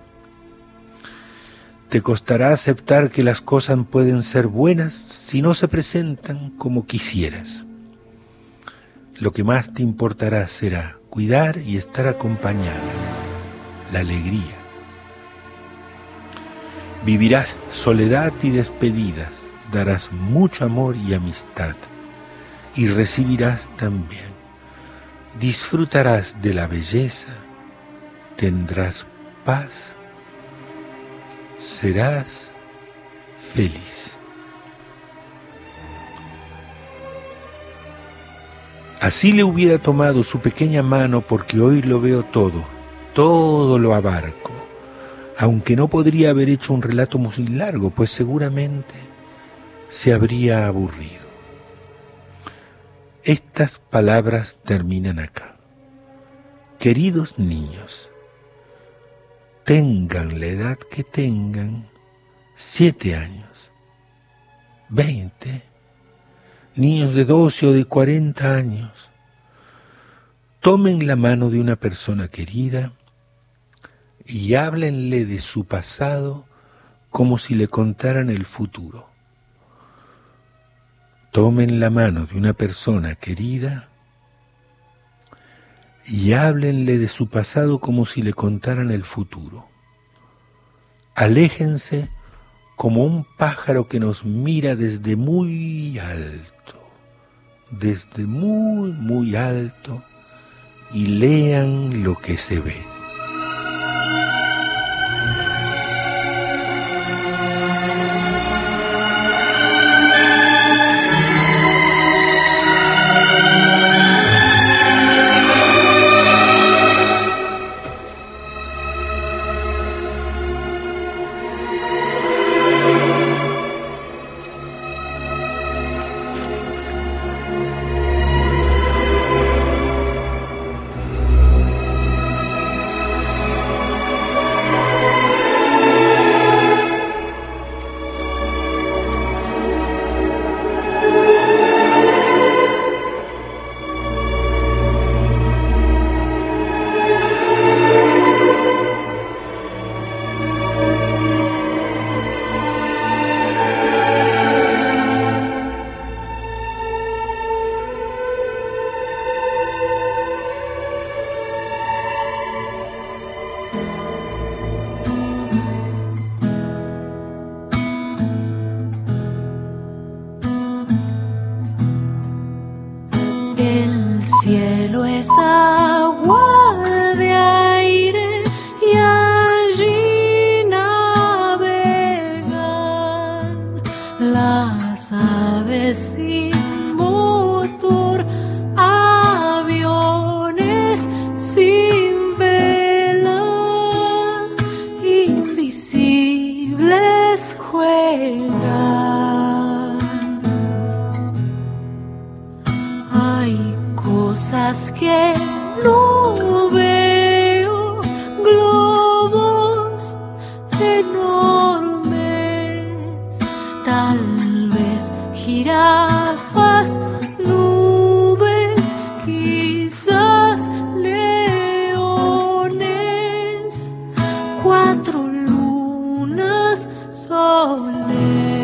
Te costará aceptar que las cosas pueden ser buenas si no se presentan como quisieras. Lo que más te importará será cuidar y estar acompañada, la alegría. Vivirás soledad y despedidas, darás mucho amor y amistad, y recibirás también. Disfrutarás de la belleza, tendrás paz, serás feliz. Así le hubiera tomado su pequeña mano, porque hoy lo veo todo, todo lo abarco, aunque no podría haber hecho un relato muy largo, pues seguramente se habría aburrido. Estas palabras terminan acá. Queridos niños, tengan la edad que tengan, siete años, veinte, niños de doce o de cuarenta años, tomen la mano de una persona querida y háblenle de su pasado como si le contaran el futuro. Tomen la mano de una persona querida y háblenle de su pasado como si le contaran el futuro. Aléjense como un pájaro que nos mira desde muy alto, desde muy, muy alto, y lean lo que se ve. cielo es agua de aire y allí navegan las aves sin motor, aviones sin vela, invisibles juegan. Hay cosas que no veo, globos enormes, tal vez jirafas, nubes, quizás leones, cuatro lunas soles.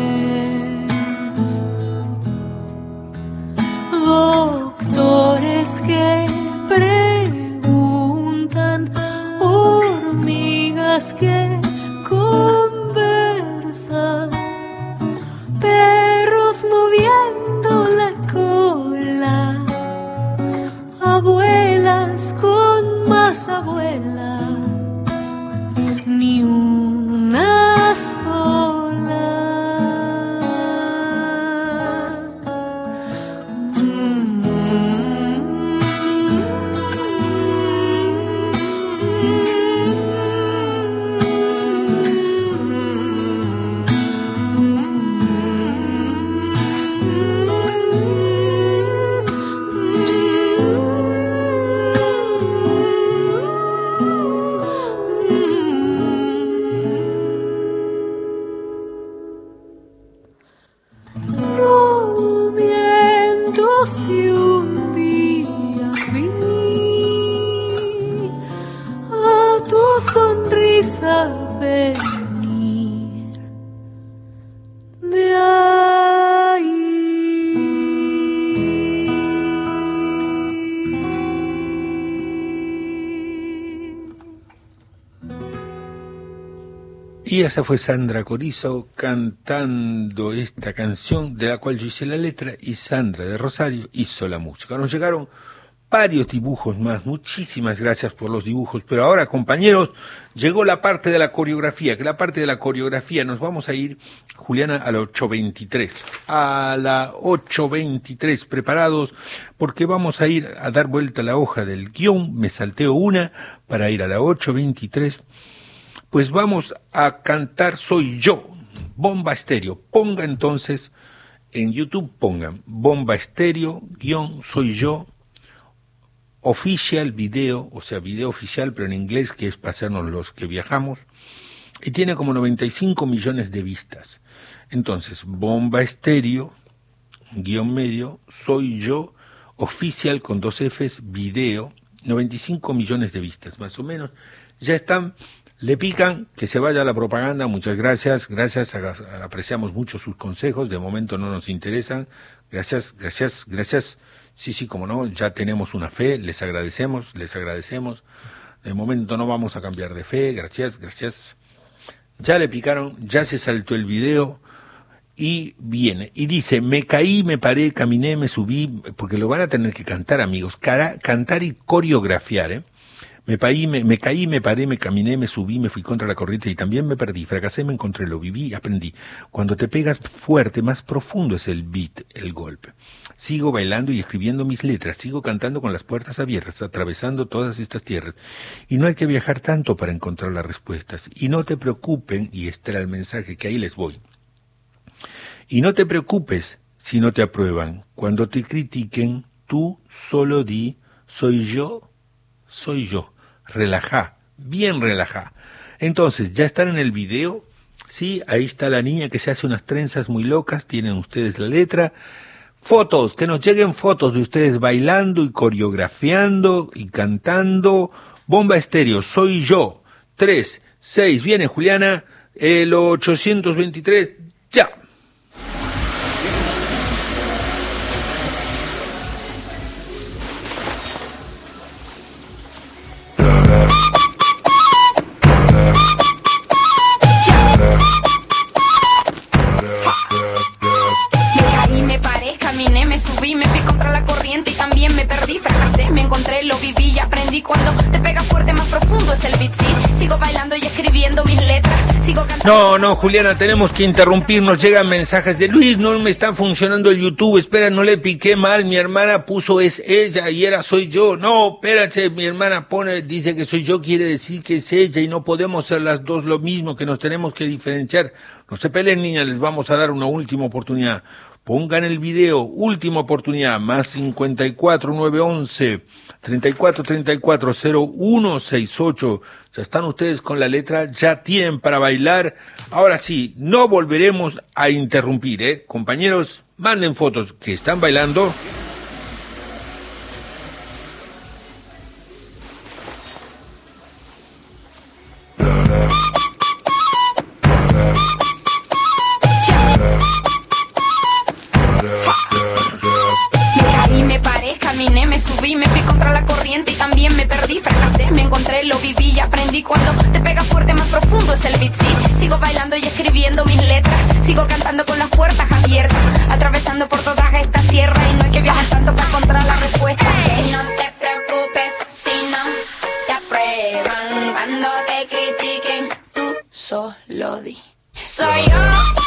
venir de ahí. Y esa fue Sandra Corizo cantando esta canción de la cual yo hice la letra y Sandra de Rosario hizo la música. Nos llegaron varios dibujos más, muchísimas gracias por los dibujos, pero ahora, compañeros, llegó la parte de la coreografía, que la parte de la coreografía nos vamos a ir, Juliana, a la ocho veintitrés. A la ocho veintitrés, preparados, porque vamos a ir a dar vuelta a la hoja del guión, me salteo una para ir a la ocho veintitrés. Pues vamos a cantar Soy Yo, Bomba Estéreo. Ponga entonces, en YouTube pongan Bomba Estéreo, guión Soy Yo, Official Video, o sea, video oficial, pero en inglés, que es para hacernos los que viajamos, y tiene como noventa y cinco millones de vistas. Entonces, Bomba Estéreo, guión medio, Soy Yo, Official con dos Fs, video, noventa y cinco millones de vistas, más o menos. Ya están... Le pican, que se vaya la propaganda, muchas gracias, gracias, apreciamos mucho sus consejos, de momento no nos interesan, gracias, gracias, gracias, sí, sí, como no, ya tenemos una fe, les agradecemos, les agradecemos, de momento no vamos a cambiar de fe, gracias, gracias, ya le picaron, ya se saltó el video y viene, y dice, me caí, me paré, caminé, me subí, porque lo van a tener que cantar, amigos, cara, cantar y coreografiar, ¿eh? Me, paí, me, me caí, me paré, me caminé, me subí, me fui contra la corriente y también me perdí. Fracasé, me encontré, lo viví, aprendí. Cuando te pegas fuerte, más profundo es el beat, el golpe. Sigo bailando y escribiendo mis letras, sigo cantando con las puertas abiertas, atravesando todas estas tierras. Y no hay que viajar tanto para encontrar las respuestas. Y no te preocupen, y este era el mensaje que ahí les voy. Y no te preocupes si no te aprueban. Cuando te critiquen, tú solo di, soy yo, soy yo. Relajá, bien relajá. Entonces, ¿ya están en el video? Sí, ahí está la niña que se hace unas trenzas muy locas, tienen ustedes la letra. Fotos, que nos lleguen fotos de ustedes bailando y coreografiando y cantando. Bomba Estéreo, Soy Yo. Tres, seis, viene Juliana, el ochocientos veintitrés, ya. Subí, me fui contra la corriente y también me perdí, fracasé, me encontré, lo viví y aprendí. Cuando te pega fuerte, más profundo es el beat, sí. Sigo bailando y escribiendo mis letras, sigo cantando. No, no, Juliana, tenemos que interrumpir, nos llegan mensajes de Luis, no me está funcionando el YouTube, espera, no le piqué mal, mi hermana puso es ella y era soy yo. No, espérate, mi hermana pone, dice que soy yo, quiere decir que es ella y no podemos ser las dos lo mismo, que nos tenemos que diferenciar. No se peleen, niñas, les vamos a dar una última oportunidad. Pongan el video, última oportunidad, más cincuenta y cuatro, nueve once, treinta y cuatro, treinta y cuatro, cero uno sesenta y ocho. Ya están ustedes con la letra, ya tienen para bailar. Ahora sí, no volveremos a interrumpir, ¿eh? Compañeros, manden fotos que están bailando. Caminé, me subí, me fui contra la corriente y también me perdí, fracasé, me encontré, lo viví y aprendí. Cuando te pega fuerte, más profundo es el beat, sí. Sigo bailando y escribiendo mis letras, sigo cantando con las puertas abiertas, atravesando por todas estas tierras y no hay que viajar tanto para encontrar la respuesta. Hey, no te preocupes si no te aprueban, cuando te critiquen, tú solo di, soy yo.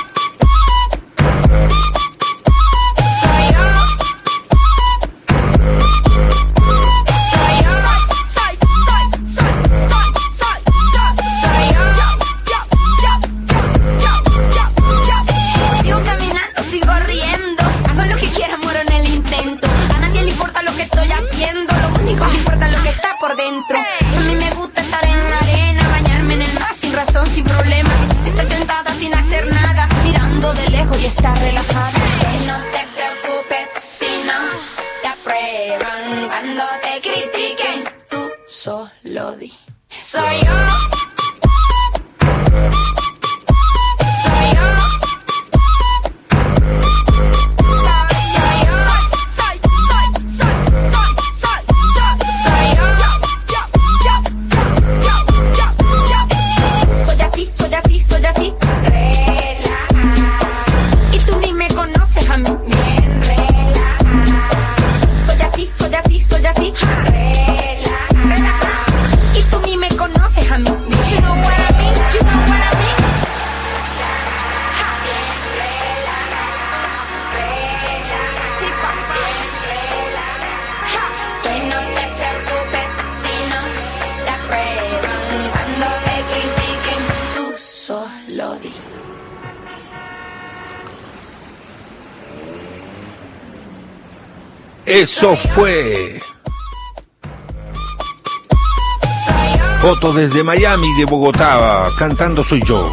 Dentro. A mí me gusta estar en la arena, bañarme en el mar sin razón, sin problema, estar sentada sin hacer nada, mirando de lejos y estar relajada. No te preocupes si no te aprueban, cuando te critiquen, tú solo di, soy yo. lo di. Eso fue. Foto desde Miami y de Bogotá, cantando Soy Yo.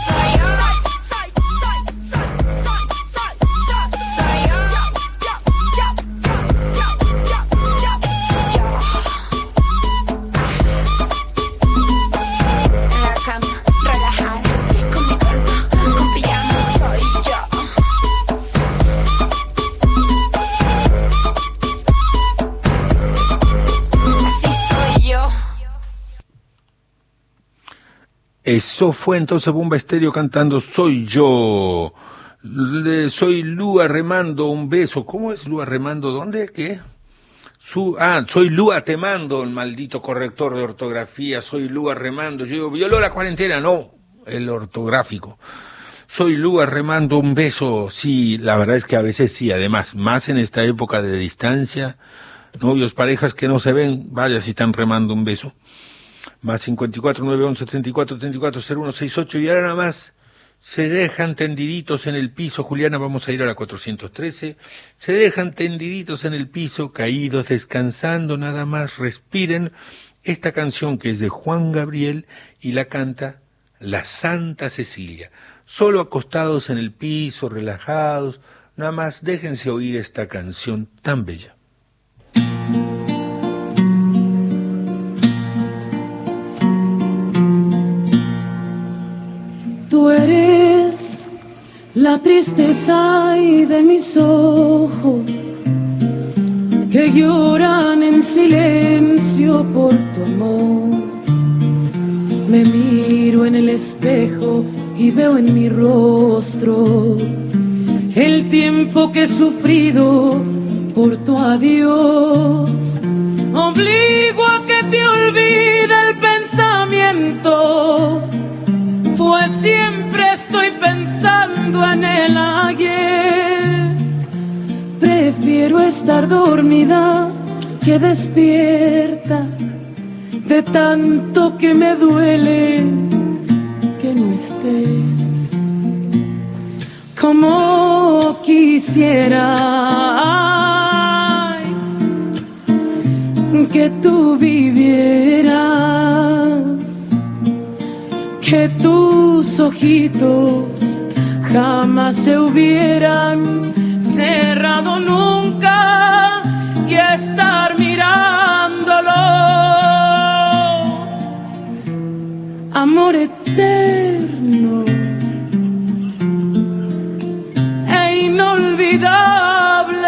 Eso fue entonces Bomba Estéreo cantando Soy Yo. Le, soy Lua Remando, un beso. ¿Cómo es Lua Remando? ¿Dónde? ¿Qué? Su, ah, soy Lua Te Mando, el maldito corrector de ortografía. Soy Lua Remando. Yo digo, violó la cuarentena. No, el ortográfico. Soy Lua Remando, un beso. Sí, la verdad es que a veces sí. Además, más en esta época de distancia, novios, parejas que no se ven, vaya si están remando un beso. Más cincuenta y cuatro, nueve once, treinta y cuatro, treinta y cuatro, cero uno sesenta y ocho, y ahora nada más se dejan tendiditos en el piso. Juliana, vamos a ir a la cuatrocientos trece. Se dejan tendiditos en el piso, caídos, descansando, nada más respiren. Esta canción que es de Juan Gabriel y la canta la Santa Cecilia. Solo acostados en el piso, relajados, nada más déjense oír esta canción tan bella. Tú eres la tristeza y de mis ojos que lloran en silencio por tu amor. Me miro en el espejo y veo en mi rostro el tiempo que he sufrido por tu adiós. Obligo a que te olvide el pensamiento, pues siempre estoy pensando en el ayer. Prefiero estar dormida que despierta, de tanto que me duele que no estés. Como quisiera ay, que tú vivieras, que tus ojitos jamás se hubieran cerrado nunca y estar mirándolos. Amor eterno e inolvidable,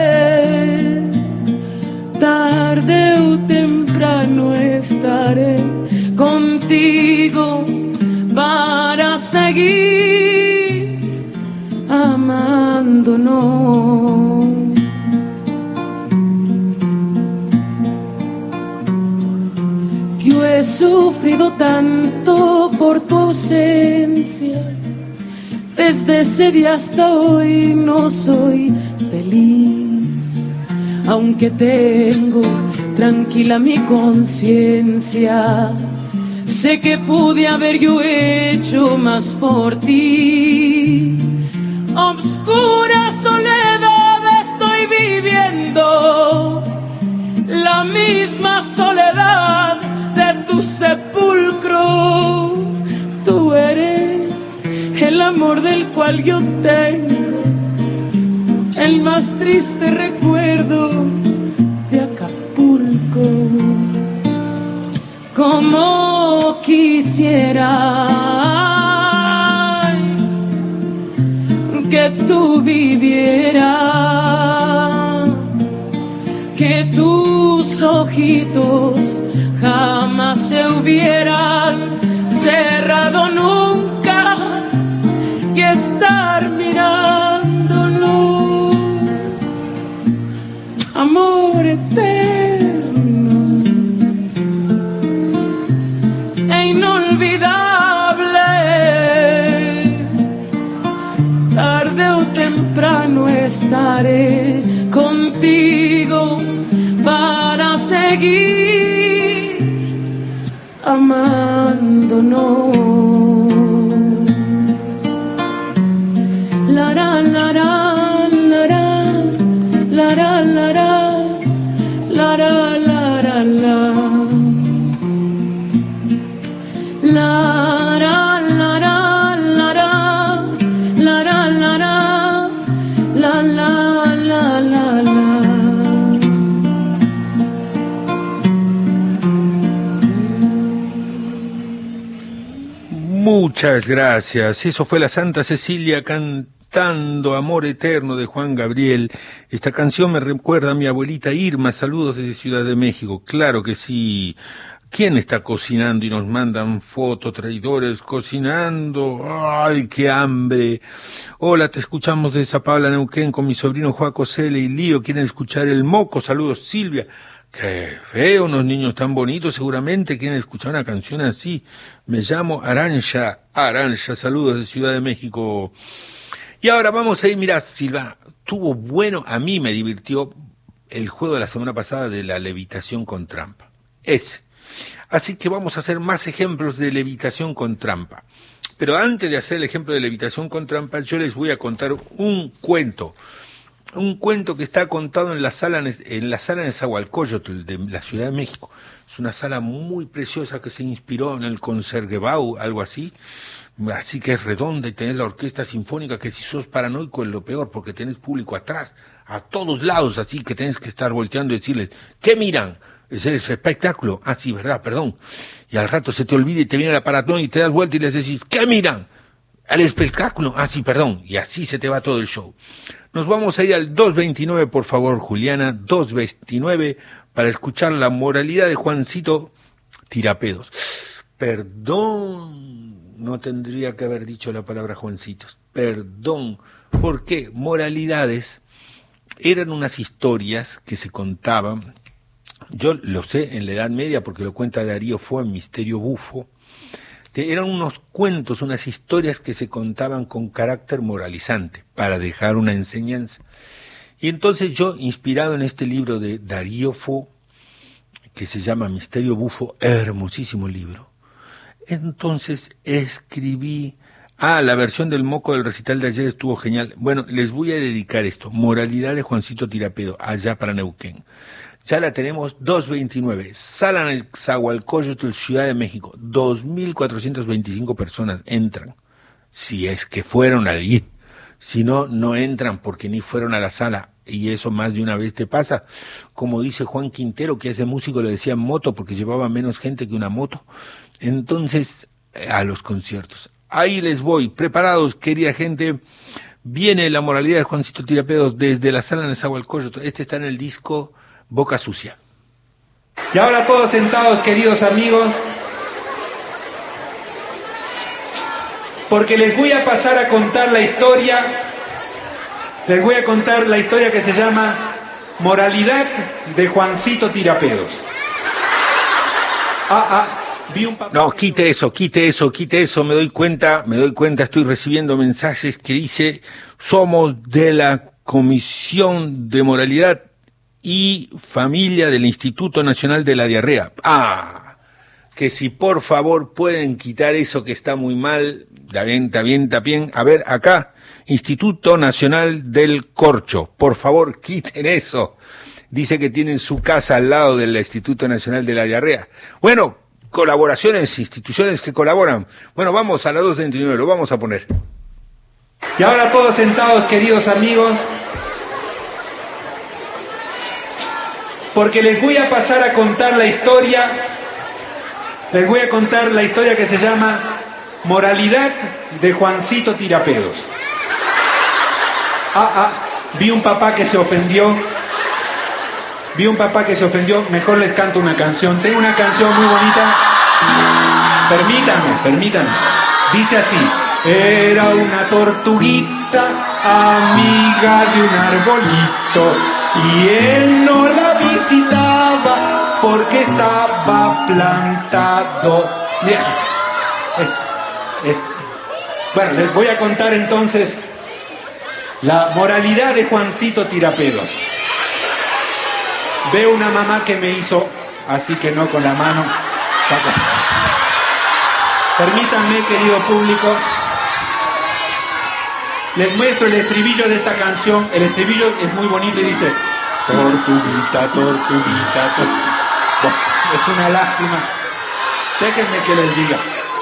tarde o temprano estaré contigo para seguir amándonos. Yo he sufrido tanto por tu ausencia, desde ese día hasta hoy no soy feliz, aunque tengo tranquila mi conciencia. Sé que pude haber yo hecho más por ti. Obscura soledad estoy viviendo, la misma soledad de tu sepulcro. Tú eres el amor del cual yo tengo el más triste recuerdo de Acapulco. Como quisiera que tú vivieras, que tus ojitos jamás se hubieran cerrado nunca y estar mirándolos. Amor eterno e inolvidable, tarde o temprano estaré contigo para seguir amándonos. Muchas gracias. Eso fue la Santa Cecilia cantando Amor Eterno de Juan Gabriel. Esta canción me recuerda a mi abuelita Irma. Saludos desde Ciudad de México. Claro que sí. ¿Quién está cocinando y nos mandan fotos, traidores, cocinando? ¡Ay, qué hambre! Hola, te escuchamos de Zapala, Neuquén, con mi sobrino Joaco Cele y Lío. ¿Quieren escuchar el moco? Saludos, Silvia. Qué feo, unos niños tan bonitos, seguramente quieren escuchar una canción así. Me llamo Aranja, Aranja, saludos de Ciudad de México. Y ahora vamos a ir, mirá, Silvana, tuvo bueno, a mí me divirtió el juego de la semana pasada de la levitación con trampa. Ese. Así que vamos a hacer más ejemplos de levitación con trampa. Pero antes de hacer el ejemplo de levitación con trampa, yo les voy a contar un cuento. Un cuento que está contado en la sala en la sala de Nezahualcóyotl de la Ciudad de México. Es una sala muy preciosa que se inspiró en el Concertgebouw, algo así. Así que es redonda y tenés la orquesta sinfónica que si sos paranoico es lo peor porque tenés público atrás, a todos lados, así que tenés que estar volteando y decirles, ¿qué miran? Es el espectáculo. Ah, sí, verdad, perdón. Y al rato se te olvida y te viene la paratón y te das vuelta y les decís, ¿qué miran? Al espectáculo. Ah, sí, perdón. Y así se te va todo el show. Nos vamos a ir al dos veintinueve, por favor, Juliana, dos veintinueve, para escuchar la moralidad de Juancito Tirapedos. Perdón, no tendría que haber dicho la palabra Juancitos. Perdón. ¿Por qué? Moralidades eran unas historias que se contaban. Yo lo sé en la Edad Media porque lo cuenta Darío Fo en Misterio Bufo. Eran unos cuentos, unas historias que se contaban con carácter moralizante para dejar una enseñanza. Y entonces yo, inspirado en este libro de Darío Fo, que se llama Misterio Bufo, hermosísimo libro, entonces escribí, ah, la versión del moco del recital de ayer estuvo genial. Bueno, les voy a dedicar esto, Moralidad de Juancito Tirapedo, allá para Neuquén. Ya la tenemos, dos veintinueve, Sala Nezahualcóyotl, Ciudad de México, dos mil cuatrocientas veinticinco personas entran, si es que fueron allí, si no, no entran porque ni fueron a la sala, y eso más de una vez te pasa, como dice Juan Quintero, que a ese músico le decían moto porque llevaba menos gente que una moto, entonces, a los conciertos. Ahí les voy, preparados, querida gente, viene la moralidad de Juancito Tirapedos desde la Sala Nezahualcóyotl, este está en el disco Boca Sucia. Y ahora todos sentados, queridos amigos, porque les voy a pasar a contar la historia, les voy a contar la historia que se llama Moralidad de Juancito Tirapedos. Ah, ah, vi un papel. No, quite eso, quite eso, quite eso, me doy cuenta, me doy cuenta, estoy recibiendo mensajes que dice, somos de la Comisión de Moralidad y Familia del Instituto Nacional de la Diarrea. Ah, que si por favor pueden quitar eso que está muy mal, está bien, está bien, está bien. A ver, acá, Instituto Nacional del Corcho, por favor quiten eso. Dice que tienen su casa al lado del Instituto Nacional de la Diarrea. Bueno, colaboraciones, instituciones que colaboran. Bueno, vamos a la dos veintinueve, lo vamos a poner. Y ahora todos sentados, queridos amigos, porque les voy a pasar a contar la historia, les voy a contar la historia que se llama Moralidad de Juancito Tirapedos. Ah, ah, vi un papá que se ofendió, vi un papá que se ofendió, mejor les canto una canción. Tengo una canción muy bonita, permítanme, permítanme, dice así. Era una tortuguita, amiga de un arbolito, y él no la visitaba porque estaba plantado. Es, es, bueno, les voy a contar entonces la moralidad de Juancito Tirapedos. Veo una mamá que me hizo así que no con la mano. Permítanme, querido público, les muestro el estribillo de esta canción. El estribillo es muy bonito y dice: tortuguita, tortuguita, tortuguita. Es una lástima. Déjenme que les diga.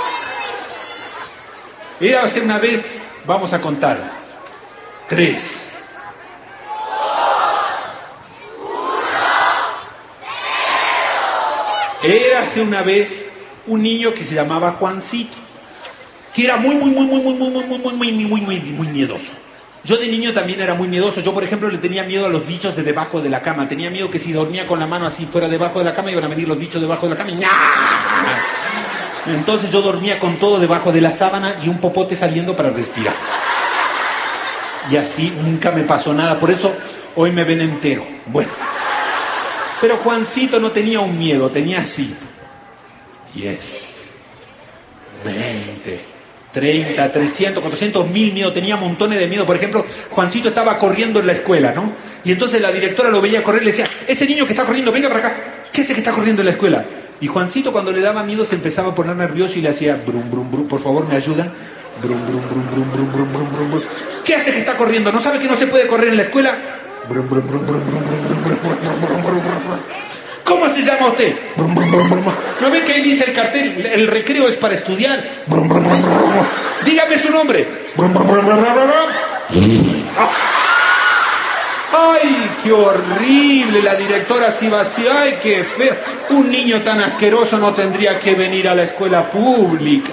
Era hace una vez, vamos a contar. Tres. Érase una vez un niño que se llamaba Juancito. que era muy, muy, muy, muy, muy, muy, muy, muy, muy, muy, muy, muy, muy miedoso. Yo de niño también era muy miedoso. Yo, por ejemplo, le tenía miedo a los bichos de debajo de la cama. Tenía miedo que si dormía con la mano así fuera debajo de la cama, iban a venir los bichos debajo de la cama y ¡ña! Entonces yo dormía con todo debajo de la sábana y un popote saliendo para respirar. Y así nunca me pasó nada. Por eso hoy me ven entero. Bueno. Pero Juancito no tenía un miedo, tenía así. diez, veinte, treinta, trescientos, cuatrocientos, mil miedo. Tenía montones de miedo. Por ejemplo, Juancito estaba corriendo en la escuela, ¿no? Y entonces la directora lo veía correr y le decía, ese niño que está corriendo, venga para acá. ¿Qué es ese que está corriendo en la escuela? Y Juancito, cuando le daba miedo, se empezaba a poner nervioso y le hacía brum, brum, brum, por favor, ¿me ayudan? Brum, brum, brum, brum, brum, brum, brum, brum, brum. ¿Qué hace que está corriendo? ¿No sabe que no se puede correr en la escuela? Brum, brum, brum, brum, brum, brum, brum, brum, brum, brum, brum. ¿Cómo se llama usted? Brum, brum, brum, brum. ¿No ve que ahí dice el cartel? El recreo es para estudiar. Brum, brum, brum, brum, brum. Dígame su nombre. Brum, brum, brum, brum, brum, brum. ¡Ay, qué horrible! La directora se iba así, ¡ay, qué feo! Un niño tan asqueroso no tendría que venir a la escuela pública.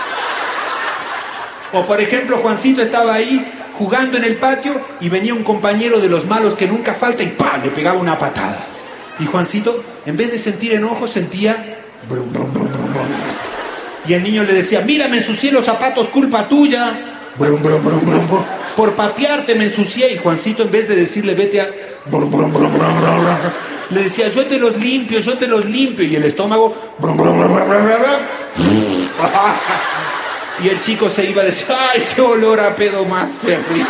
O por ejemplo, Juancito estaba ahí jugando en el patio y venía un compañero de los malos que nunca falta y ¡pam! Le pegaba una patada. Y Juancito, en vez de sentir enojo, sentía brum, brum, brum, brum, brum. Y el niño le decía, mira, me ensucié los zapatos, culpa tuya. Brum, brum, brum, brum, brum. Por patearte me ensucié. Y Juancito, en vez de decirle vete a... Brum, brum, brum, brum, brum, brum, le decía, yo te los limpio, yo te los limpio. Y el estómago... Brum, brum, brum, brum, brum, brum. Y el chico se iba a decir, ¡ay, qué olor a pedo más terrible!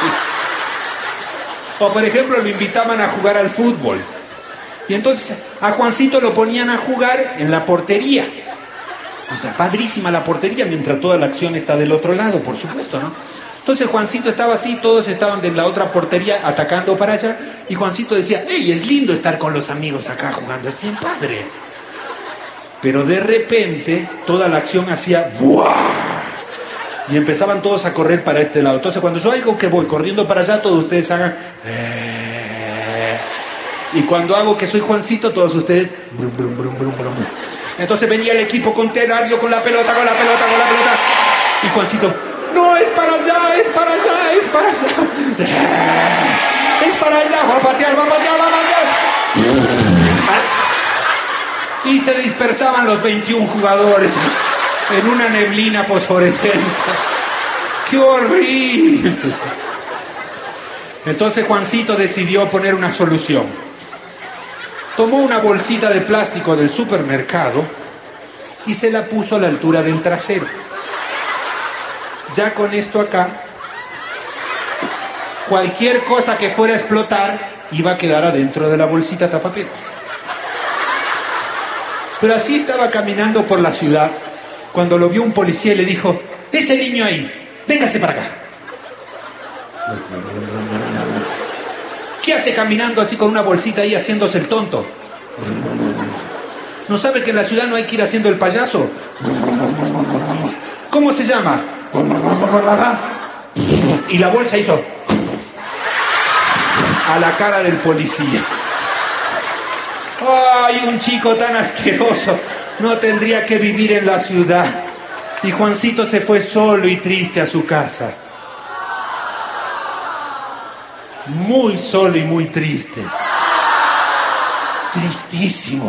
O por ejemplo, lo invitaban a jugar al fútbol. Y entonces a Juancito lo ponían a jugar en la portería. O sea, padrísima la portería, mientras toda la acción está del otro lado, por supuesto, ¿no? Entonces Juancito estaba así, todos estaban de la otra portería atacando para allá. Y Juancito decía, ¡ey, es lindo estar con los amigos acá jugando! Es bien padre. Pero de repente, toda la acción hacía ¡buah! Y empezaban todos a correr para este lado. Entonces cuando yo hago que voy corriendo para allá, todos ustedes hagan... Eh... Y cuando hago que soy Juancito, todos ustedes... Brum, brum, brum, brum, brum. Entonces venía el equipo contrario con la pelota, con la pelota, con la pelota. Y Juancito... No, es para allá, es para allá, es para allá. Es para allá, va a patear, va a patear, va a patear. Y se dispersaban los veintiún jugadores en una neblina fosforescente. ¡Qué horrible! Entonces Juancito decidió poner una solución. Tomó una bolsita de plástico del supermercado y se la puso a la altura del trasero. Ya con esto acá, cualquier cosa que fuera a explotar iba a quedar adentro de la bolsita tapapel. Pero así estaba caminando por la ciudad cuando lo vio un policía y le dijo, ese niño ahí, véngase para acá. ¿Qué hace caminando así con una bolsita ahí haciéndose el tonto? ¿No sabe que en la ciudad no hay que ir haciendo el payaso? ¿Cómo se llama? Y la bolsa hizo a la cara del policía. ¡Ay, un chico tan asqueroso! No tendría que vivir en la ciudad. Y Juancito se fue solo y triste a su casa. Muy solo y muy triste. Tristísimo.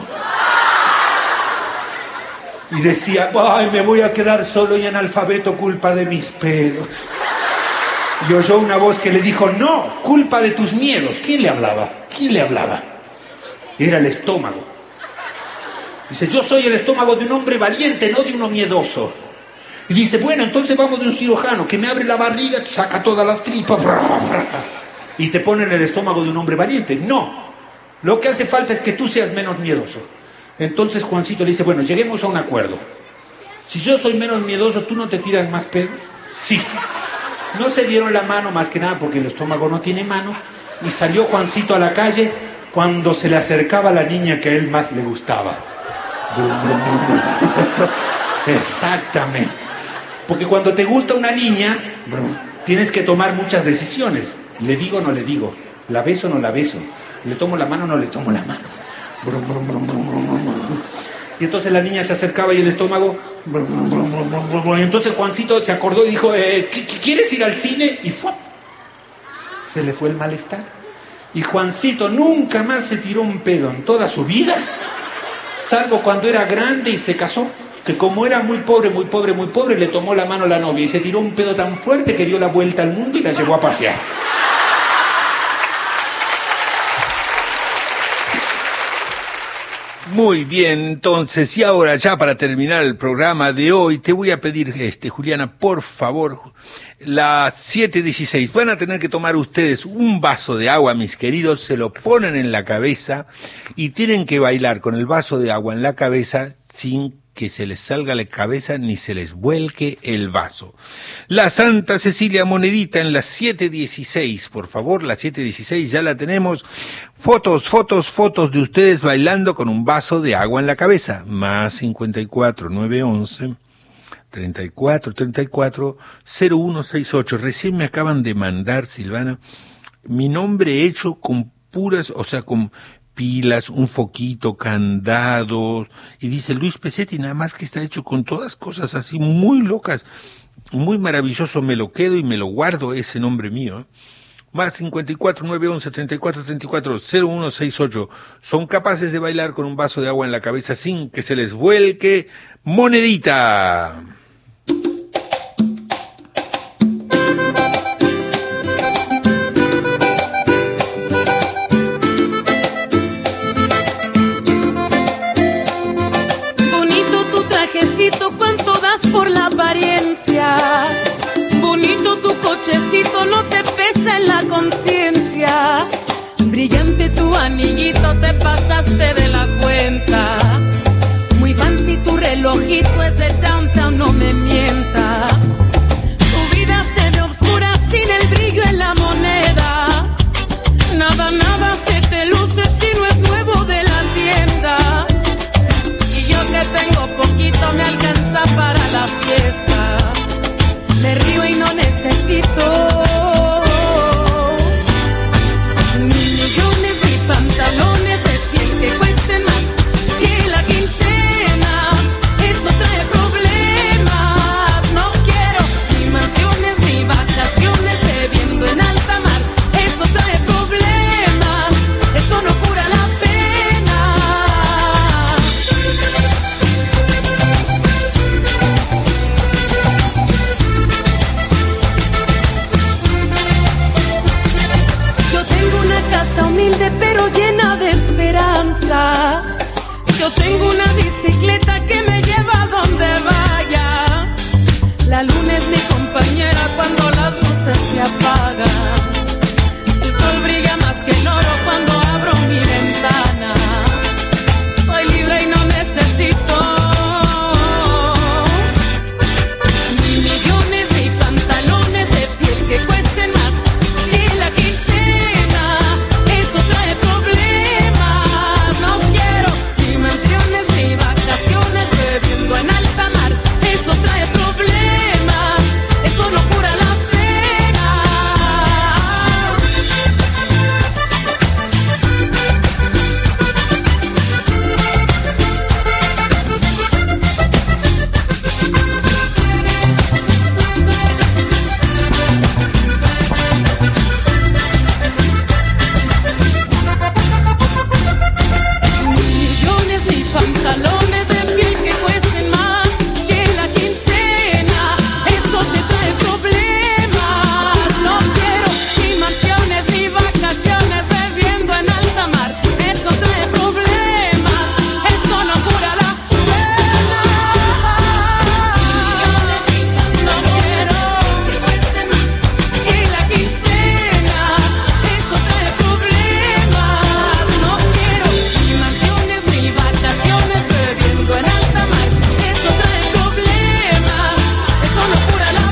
Y decía, ay, me voy a quedar solo y analfabeto, culpa de mis pedos. Y oyó una voz que le dijo, no, culpa de tus miedos. ¿Quién le hablaba? ¿Quién le hablaba? Era el estómago. Dice, yo soy el estómago de un hombre valiente, no de uno miedoso. Y dice, bueno, entonces vamos de un cirujano que me abre la barriga, te saca todas las tripas y te pone en el estómago de un hombre valiente. No, lo que hace falta es que tú seas menos miedoso. Entonces Juancito le dice, bueno, lleguemos a un acuerdo. Si yo soy menos miedoso, ¿tú no te tiras más pedos? Sí. No se dieron la mano más que nada porque el estómago no tiene mano. Y salió Juancito a la calle cuando se le acercaba a la niña que a él más le gustaba. Exactamente. Porque cuando te gusta una niña, tienes que tomar muchas decisiones. ¿Le digo o no le digo? ¿La beso o no la beso? ¿Le tomo la mano o no le tomo la mano? Y entonces la niña se acercaba y el estómago... Y entonces Juancito se acordó y dijo, eh, ¿quieres ir al cine? Y ¡fua! Se le fue el malestar. Y Juancito nunca más se tiró un pedo en toda su vida, salvo cuando era grande y se casó, que como era muy pobre, muy pobre, muy pobre, le tomó la mano a la novia y se tiró un pedo tan fuerte que dio la vuelta al mundo y la llevó a pasear. Muy bien, entonces, y ahora ya para terminar el programa de hoy, te voy a pedir, este, Juliana, por favor, las siete dieciséis, van a tener que tomar ustedes un vaso de agua, mis queridos, se lo ponen en la cabeza y tienen que bailar con el vaso de agua en la cabeza sin que se les salga la cabeza ni se les vuelque el vaso. La Santa Cecilia Monedita en las siete dieciséis, por favor, la siete dieciséis ya la tenemos. Fotos, fotos, fotos de ustedes bailando con un vaso de agua en la cabeza. Más cincuenta y cuatro, nueve once, treinta y cuatro, treinta y cuatro, cero uno sesenta y ocho. Recién me acaban de mandar, Silvana, mi nombre hecho con puras, o sea, con pilas, un foquito, candados, y dice Luis Pesetti, nada más que está hecho con todas cosas así muy locas, muy maravilloso, me lo quedo y me lo guardo ese nombre mío, ¿eh? Más cincuenta y cuatro, nueve once, treinta y cuatro, treinta y cuatro, cero uno sesenta y ocho, son capaces de bailar con un vaso de agua en la cabeza sin que se les vuelque monedita. ¿Cuánto das por la apariencia? Bonito tu cochecito, no te pesa en la conciencia. Brillante tu anillito, te pasaste de la cuenta. Muy fancy tu relojito, es de downtown, no me mientas. Tu vida se ve oscura sin el brillo en la moneda. Nada, nada se te luce si no es nuevo de la tienda. Y yo que tengo poquito me alcanza para la fiesta. Me río y no necesito ni millones ni pantalones de piel que cuesten más que la quincena. Eso trae problemas. No quiero ni mansiones ni vacaciones bebiendo en alta mar. Eso trae problemas. Eso no cura la pena. Yo tengo una casa humilde pero llena de esperanza. Yo tengo una bicicleta que me lleva a donde vaya. La luna es mi compañera cuando las luces se apagan. El sol brilla más que el oro cuando abro mi ventana. Soy libre y no necesito ni millones ni pantalones de piel que cuesten más que la quincena. Eso trae problemas. No quiero ni mansiones ni vacaciones bebiendo en alta mar. Eso trae problemas. Eso no cura la pena. Ni millones ni pantalones de piel que cuesten más que la quincena. Eso te trae problemas. No quiero ni mansiones ni vacaciones bebiendo en alta mar. Eso trae problemas. Eso no cura la pena. No quiero que cueste más que la quincena. Eso trae problemas. No quiero ni mansiones ni vacaciones bebiendo en alta mar. Eso trae problemas. Eso no cura la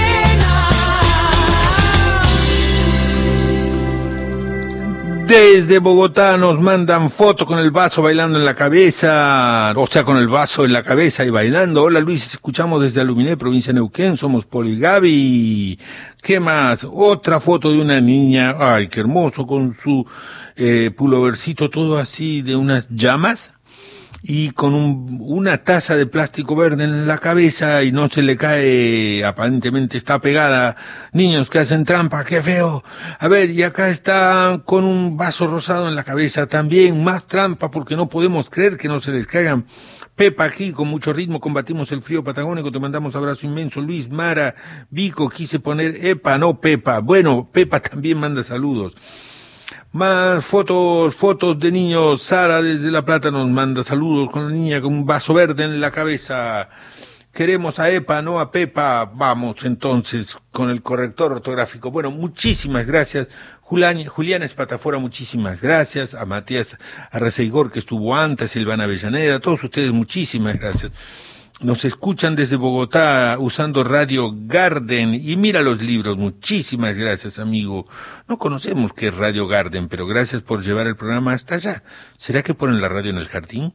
pena. Desde Bogotá nos mandan fotos con el vaso bailando en la cabeza, o sea, con el vaso en la cabeza y bailando. Hola Luis, escuchamos desde Aluminé, provincia de Neuquén, somos Poli y Gaby. ¿Qué más? Otra foto de una niña, ay, qué hermoso, con su eh, pulovercito todo así de unas llamas. y con un, una taza de plástico verde en la cabeza y no se le cae, aparentemente está pegada. Niños que hacen trampa, qué feo. A ver, y acá está con un vaso rosado en la cabeza también, más trampa porque no podemos creer que no se les caigan. Pepa aquí, con mucho ritmo, combatimos el frío patagónico, te mandamos abrazo inmenso. Luis, Mara, Vico, quise poner Epa, no Pepa. Bueno, Pepa también manda saludos. Más fotos, fotos de niños. Sara desde La Plata nos manda saludos con la niña con un vaso verde en la cabeza. Queremos a Epa, no a Pepa. Vamos entonces con el corrector ortográfico. Bueno, muchísimas gracias. Julián, Julián Espatafora, muchísimas gracias. A Matías Arreceigor, que estuvo antes, Silvana Avellaneda, a todos ustedes, muchísimas gracias. Nos escuchan desde Bogotá usando Radio Garden y mira los libros. Muchísimas gracias, amigo. No conocemos qué es Radio Garden, pero gracias por llevar el programa hasta allá. ¿Será que ponen la radio en el jardín?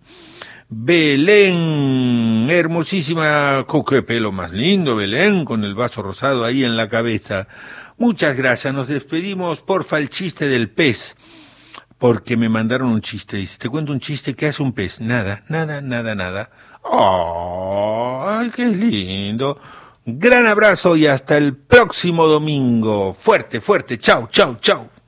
Belén, hermosísima, con qué pelo más lindo, Belén, con el vaso rosado ahí en la cabeza. Muchas gracias. Nos despedimos. Porfa, el chiste del pez. Porque me mandaron un chiste. Dice, te cuento un chiste. ¿Qué hace un pez? Nada, nada, nada, nada. ¡Oh! ¡Ay, qué lindo! Gran abrazo y hasta el próximo domingo. Fuerte, fuerte. Chau, chau, chau.